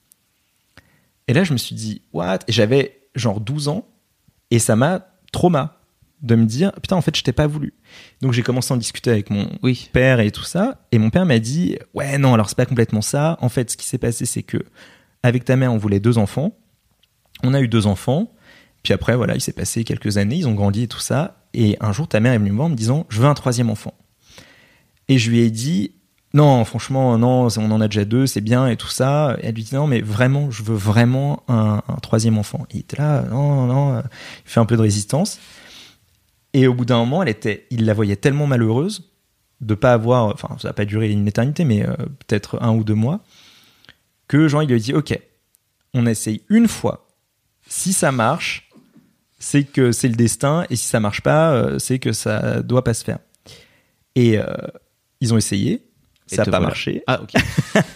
Et là, je me suis dit « What ?» Et j'avais genre douze ans, et ça m'a trauma de me dire « Putain, en fait, je t'ai pas voulu. » Donc, j'ai commencé à en discuter avec mon oui. père et tout ça, et mon père m'a dit « Ouais, non, alors c'est pas complètement ça. En fait, ce qui s'est passé, c'est que avec ta mère, on voulait deux enfants. On a eu deux enfants. » Puis après, voilà, il s'est passé quelques années, ils ont grandi et tout ça. Et un jour, ta mère est venue me voir en me disant « Je veux un troisième enfant. » Et je lui ai dit « Non, franchement, non, on en a déjà deux, c'est bien et tout ça. » Et elle lui dit « Non, mais vraiment, je veux vraiment un, un troisième enfant. » Et il était là « Non, non, non. » Il fait un peu de résistance. Et au bout d'un moment, elle était, il la voyait tellement malheureuse de pas avoir... Enfin, ça n'a pas duré une éternité, mais euh, peut-être un ou deux mois, que genre, il lui a dit « Ok, on essaye une fois. Si ça marche... » c'est que c'est le destin, et si ça marche pas, euh, c'est que ça doit pas se faire. Et euh, ils ont essayé, et ça n'a pas voilà. marché. Ah, ok.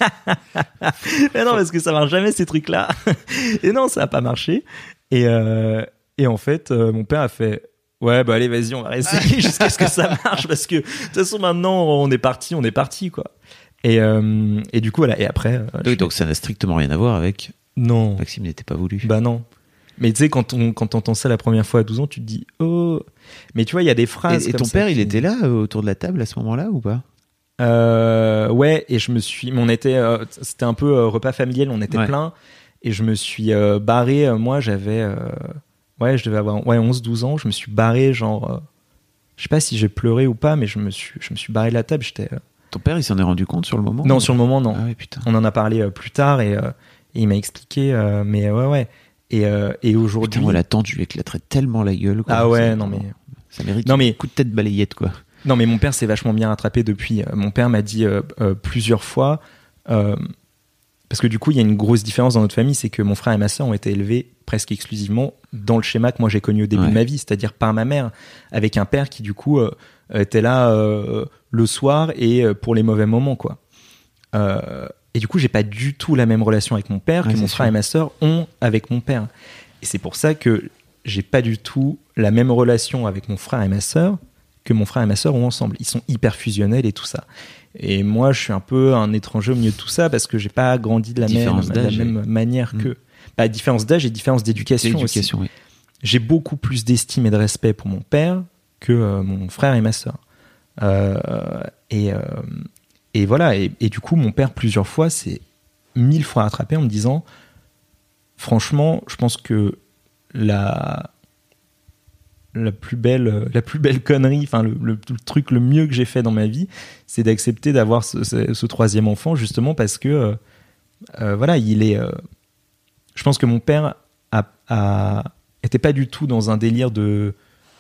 Mais non, parce que ça marche jamais, ces trucs-là. Et non, ça n'a pas marché. Et, euh, et en fait, euh, mon père a fait « Ouais, bah allez, vas-y, on va essayer jusqu'à ce que ça marche, parce que de toute façon, maintenant, on est parti, on est parti, quoi. » Et, euh, et du coup, voilà. Et après... Euh, oui, donc ça n'a strictement rien à voir avec... Non. Maxime n'était pas voulu. Bah non. Mais tu sais, quand on quand t'entends ça la première fois à douze ans, tu te dis « Oh !» Mais tu vois, il y a des phrases Et, et comme ton ça père, qui... il était là, euh, autour de la table, à ce moment-là, ou pas ? euh, Ouais, et je me suis... On était... Euh, c'était un peu euh, repas familial, on était ouais. plein. Et je me suis euh, barré. Euh, moi, j'avais... Euh, ouais, je devais avoir ouais, onze douze ans. Je me suis barré, genre... Euh, je sais pas si j'ai pleuré ou pas, mais je me suis, je me suis barré de la table. J'étais... Euh... Ton père, il s'en est rendu compte sur le moment ? Non, sur le moment, non. Ah ouais, putain. On en a parlé euh, plus tard, et, euh, et il m'a expliqué. Euh, mais ouais, ouais. Et, euh, et aujourd'hui... Putain, moi, la tante, je lui éclaterais tellement la gueule. Quoi. Ah ouais, ça, non mais... Ça mérite non, mais... un coup de tête balayette, quoi. Non, mais mon père s'est vachement bien rattrapé depuis. Mon père m'a dit euh, euh, plusieurs fois... Euh, parce que du coup, il y a une grosse différence dans notre famille, c'est que mon frère et ma sœur ont été élevés presque exclusivement dans le schéma que moi j'ai connu au début ouais. de ma vie, c'est-à-dire par ma mère, avec un père qui du coup euh, était là euh, le soir et euh, pour les mauvais moments, quoi. Euh, Et du coup, j'ai pas du tout la même relation avec mon père ouais, que mon frère sûr. et ma sœur ont avec mon père. Et c'est pour ça que j'ai pas du tout la même relation avec mon frère et ma sœur que mon frère et ma sœur ont ensemble. Ils sont hyper fusionnels et tout ça. Et moi, je suis un peu un étranger au milieu de tout ça parce que j'ai pas grandi de la même, de la même manière mmh. que... Bah, différence d'âge et différence d'éducation aussi. Oui. J'ai beaucoup plus d'estime et de respect pour mon père que euh, mon frère et ma sœur. Euh, et... Euh, Et voilà, et, et du coup, mon père, plusieurs fois, s'est mille fois rattrapé en me disant « Franchement, je pense que la, la, plus, belle, la plus belle connerie, enfin, le, le, le truc le mieux que j'ai fait dans ma vie, c'est d'accepter d'avoir ce, ce, ce troisième enfant, justement parce que, euh, euh, voilà, il est... Euh, je pense que mon père a, a, était pas du tout dans un délire de...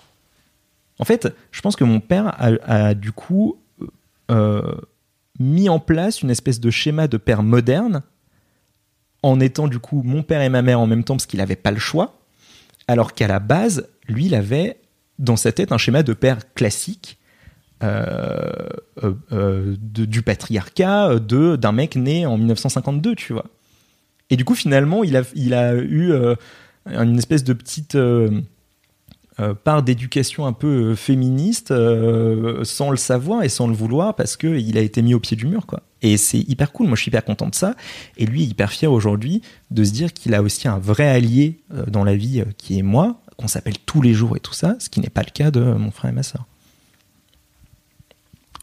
En fait, je pense que mon père a, a du coup... Euh, mis en place une espèce de schéma de père moderne en étant du coup mon père et ma mère en même temps parce qu'il n'avait pas le choix, alors qu'à la base, lui, il avait dans sa tête un schéma de père classique euh, euh, euh, de, du patriarcat de, d'un mec né en dix-neuf cent cinquante-deux, tu vois. Et du coup, finalement, il a, il a eu euh, une espèce de petite... Euh, Euh, part d'éducation un peu euh, féministe euh, sans le savoir et sans le vouloir parce qu'il a été mis au pied du mur, quoi. Et c'est hyper cool, moi je suis hyper content de ça et lui est hyper fier aujourd'hui de se dire qu'il a aussi un vrai allié euh, dans la vie euh, qui est moi, qu'on s'appelle tous les jours et tout ça, ce qui n'est pas le cas de euh, mon frère et ma sœur.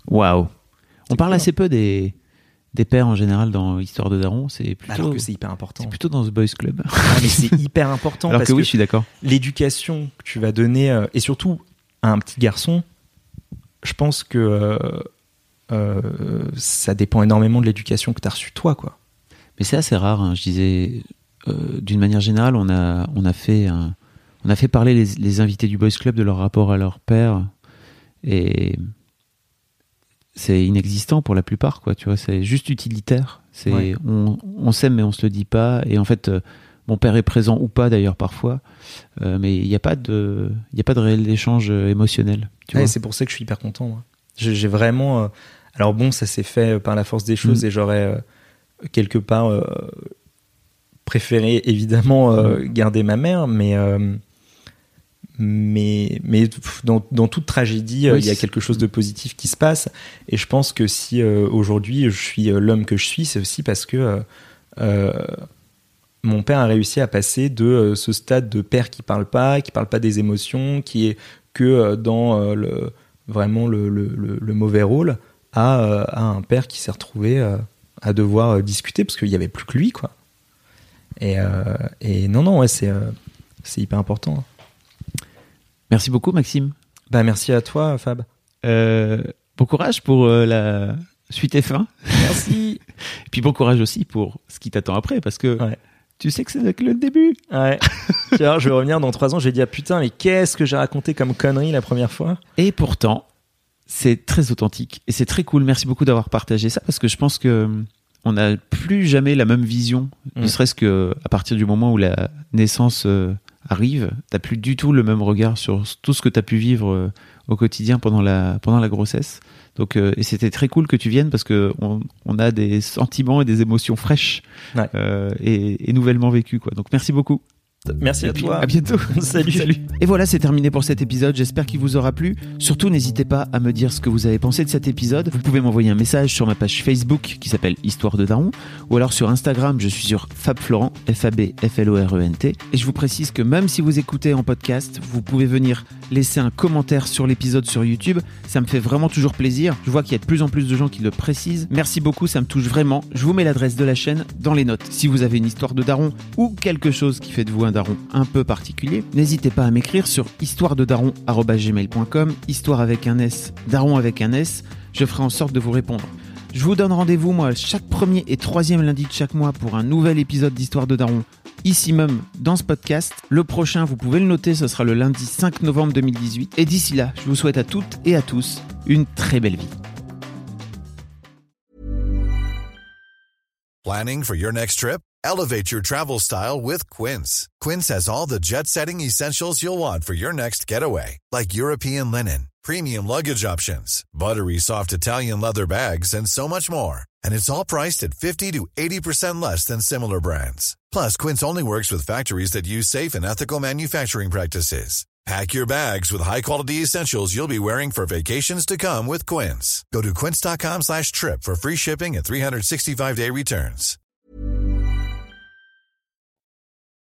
Waouh. On parle assez peu des, des pères en général dans Histoire de Daron. C'est plutôt, alors que c'est hyper important. C'est plutôt dans The Boys Club. Ah, mais c'est hyper important. Alors parce que oui, que je suis d'accord. L'éducation que tu vas donner, euh, et surtout à un petit garçon, je pense que euh, euh, ça dépend énormément de l'éducation que tu as reçue toi, quoi. Mais c'est assez rare. Hein. Je disais, euh, d'une manière générale, on a, on a fait, un, on a fait parler les, les invités du Boys Club de leur rapport à leur père, et c'est inexistant pour la plupart, quoi. Tu vois, c'est juste utilitaire. C'est, ouais. on, on s'aime mais on se le dit pas. Et en fait, euh, mon père est présent ou pas d'ailleurs parfois, euh, mais il n'y a pas de, il y a pas de réel échange émotionnel. Tu ouais, vois. C'est pour ça que je suis hyper content. Moi. J'ai, j'ai vraiment. Euh, alors bon, ça s'est fait par la force des choses mmh. et j'aurais euh, quelque part euh, préféré évidemment euh, mmh. garder ma mère, mais. Euh, mais mais dans, dans toute tragédie oui, il y a quelque chose de positif qui se passe, et je pense que si euh, aujourd'hui je suis l'homme que je suis, c'est aussi parce que euh, euh, mon père a réussi à passer de euh, ce stade de père qui parle pas, qui parle pas des émotions, qui est que euh, dans euh, le, vraiment le, le, le, le mauvais rôle, à, euh, à un père qui s'est retrouvé euh, à devoir euh, discuter parce qu'il y avait plus que lui, quoi. Et, euh, et non non ouais c'est euh, c'est hyper important. Merci beaucoup, Maxime. Bah, merci à toi, Fab. Euh, bon courage pour euh, la suite F un. Merci. Et puis bon courage aussi pour ce qui t'attend après, parce que ouais. tu sais que c'est que le début. Ouais. Tu vois, je vais revenir dans trois ans, je vais dire putain, mais qu'est-ce que j'ai raconté comme connerie la première fois. Et pourtant, c'est très authentique et c'est très cool. Merci beaucoup d'avoir partagé ça, parce que je pense que on n'a plus jamais la même vision, mmh. ne serait-ce que à partir du moment où la naissance euh, arrive, t'as plus du tout le même regard sur tout ce que t'as pu vivre euh, au quotidien pendant la pendant la grossesse. Donc euh, et c'était très cool que tu viennes, parce que on, on a des sentiments et des émotions fraîches ouais. euh, et, et nouvellement vécues, quoi. Donc merci beaucoup. Merci et à puis, toi. À bientôt. Salut. Salut. Et voilà, c'est terminé pour cet épisode. J'espère qu'il vous aura plu. Surtout, n'hésitez pas à me dire ce que vous avez pensé de cet épisode. Vous pouvez m'envoyer un message sur ma page Facebook qui s'appelle Histoire de Daron, ou alors sur Instagram, je suis sur Fab Florent, F A B F L O R E N T. Et je vous précise que même si vous écoutez en podcast, vous pouvez venir laisser un commentaire sur l'épisode sur YouTube. Ça me fait vraiment toujours plaisir. Je vois qu'il y a de plus en plus de gens qui le précisent. Merci beaucoup, ça me touche vraiment. Je vous mets l'adresse de la chaîne dans les notes. Si vous avez une histoire de daron ou quelque chose qui fait de vous un daron un peu particulier, n'hésitez pas à m'écrire sur histoire de daron arobase gmail point com, histoire avec un S, daron avec un S. Je ferai en sorte de vous répondre. Je vous donne rendez-vous, moi, chaque premier et troisième lundi de chaque mois pour un nouvel épisode d'Histoire de Daron, ici même dans ce podcast. Le prochain, vous pouvez le noter, ce sera le lundi cinq novembre deux mille dix-huit. Et d'ici là, je vous souhaite à toutes et à tous une très belle vie. Planning for your next trip? Elevate your travel style with Quince. Quince has all the jet-setting essentials you'll want for your next getaway, like European linen, premium luggage options, buttery soft Italian leather bags, and so much more. And it's all priced at fifty to eighty percent less than similar brands. Plus, Quince only works with factories that use safe and ethical manufacturing practices. Pack your bags with high-quality essentials you'll be wearing for vacations to come with Quince. Go to quince dot com slash trip for free shipping and three sixty-five day returns.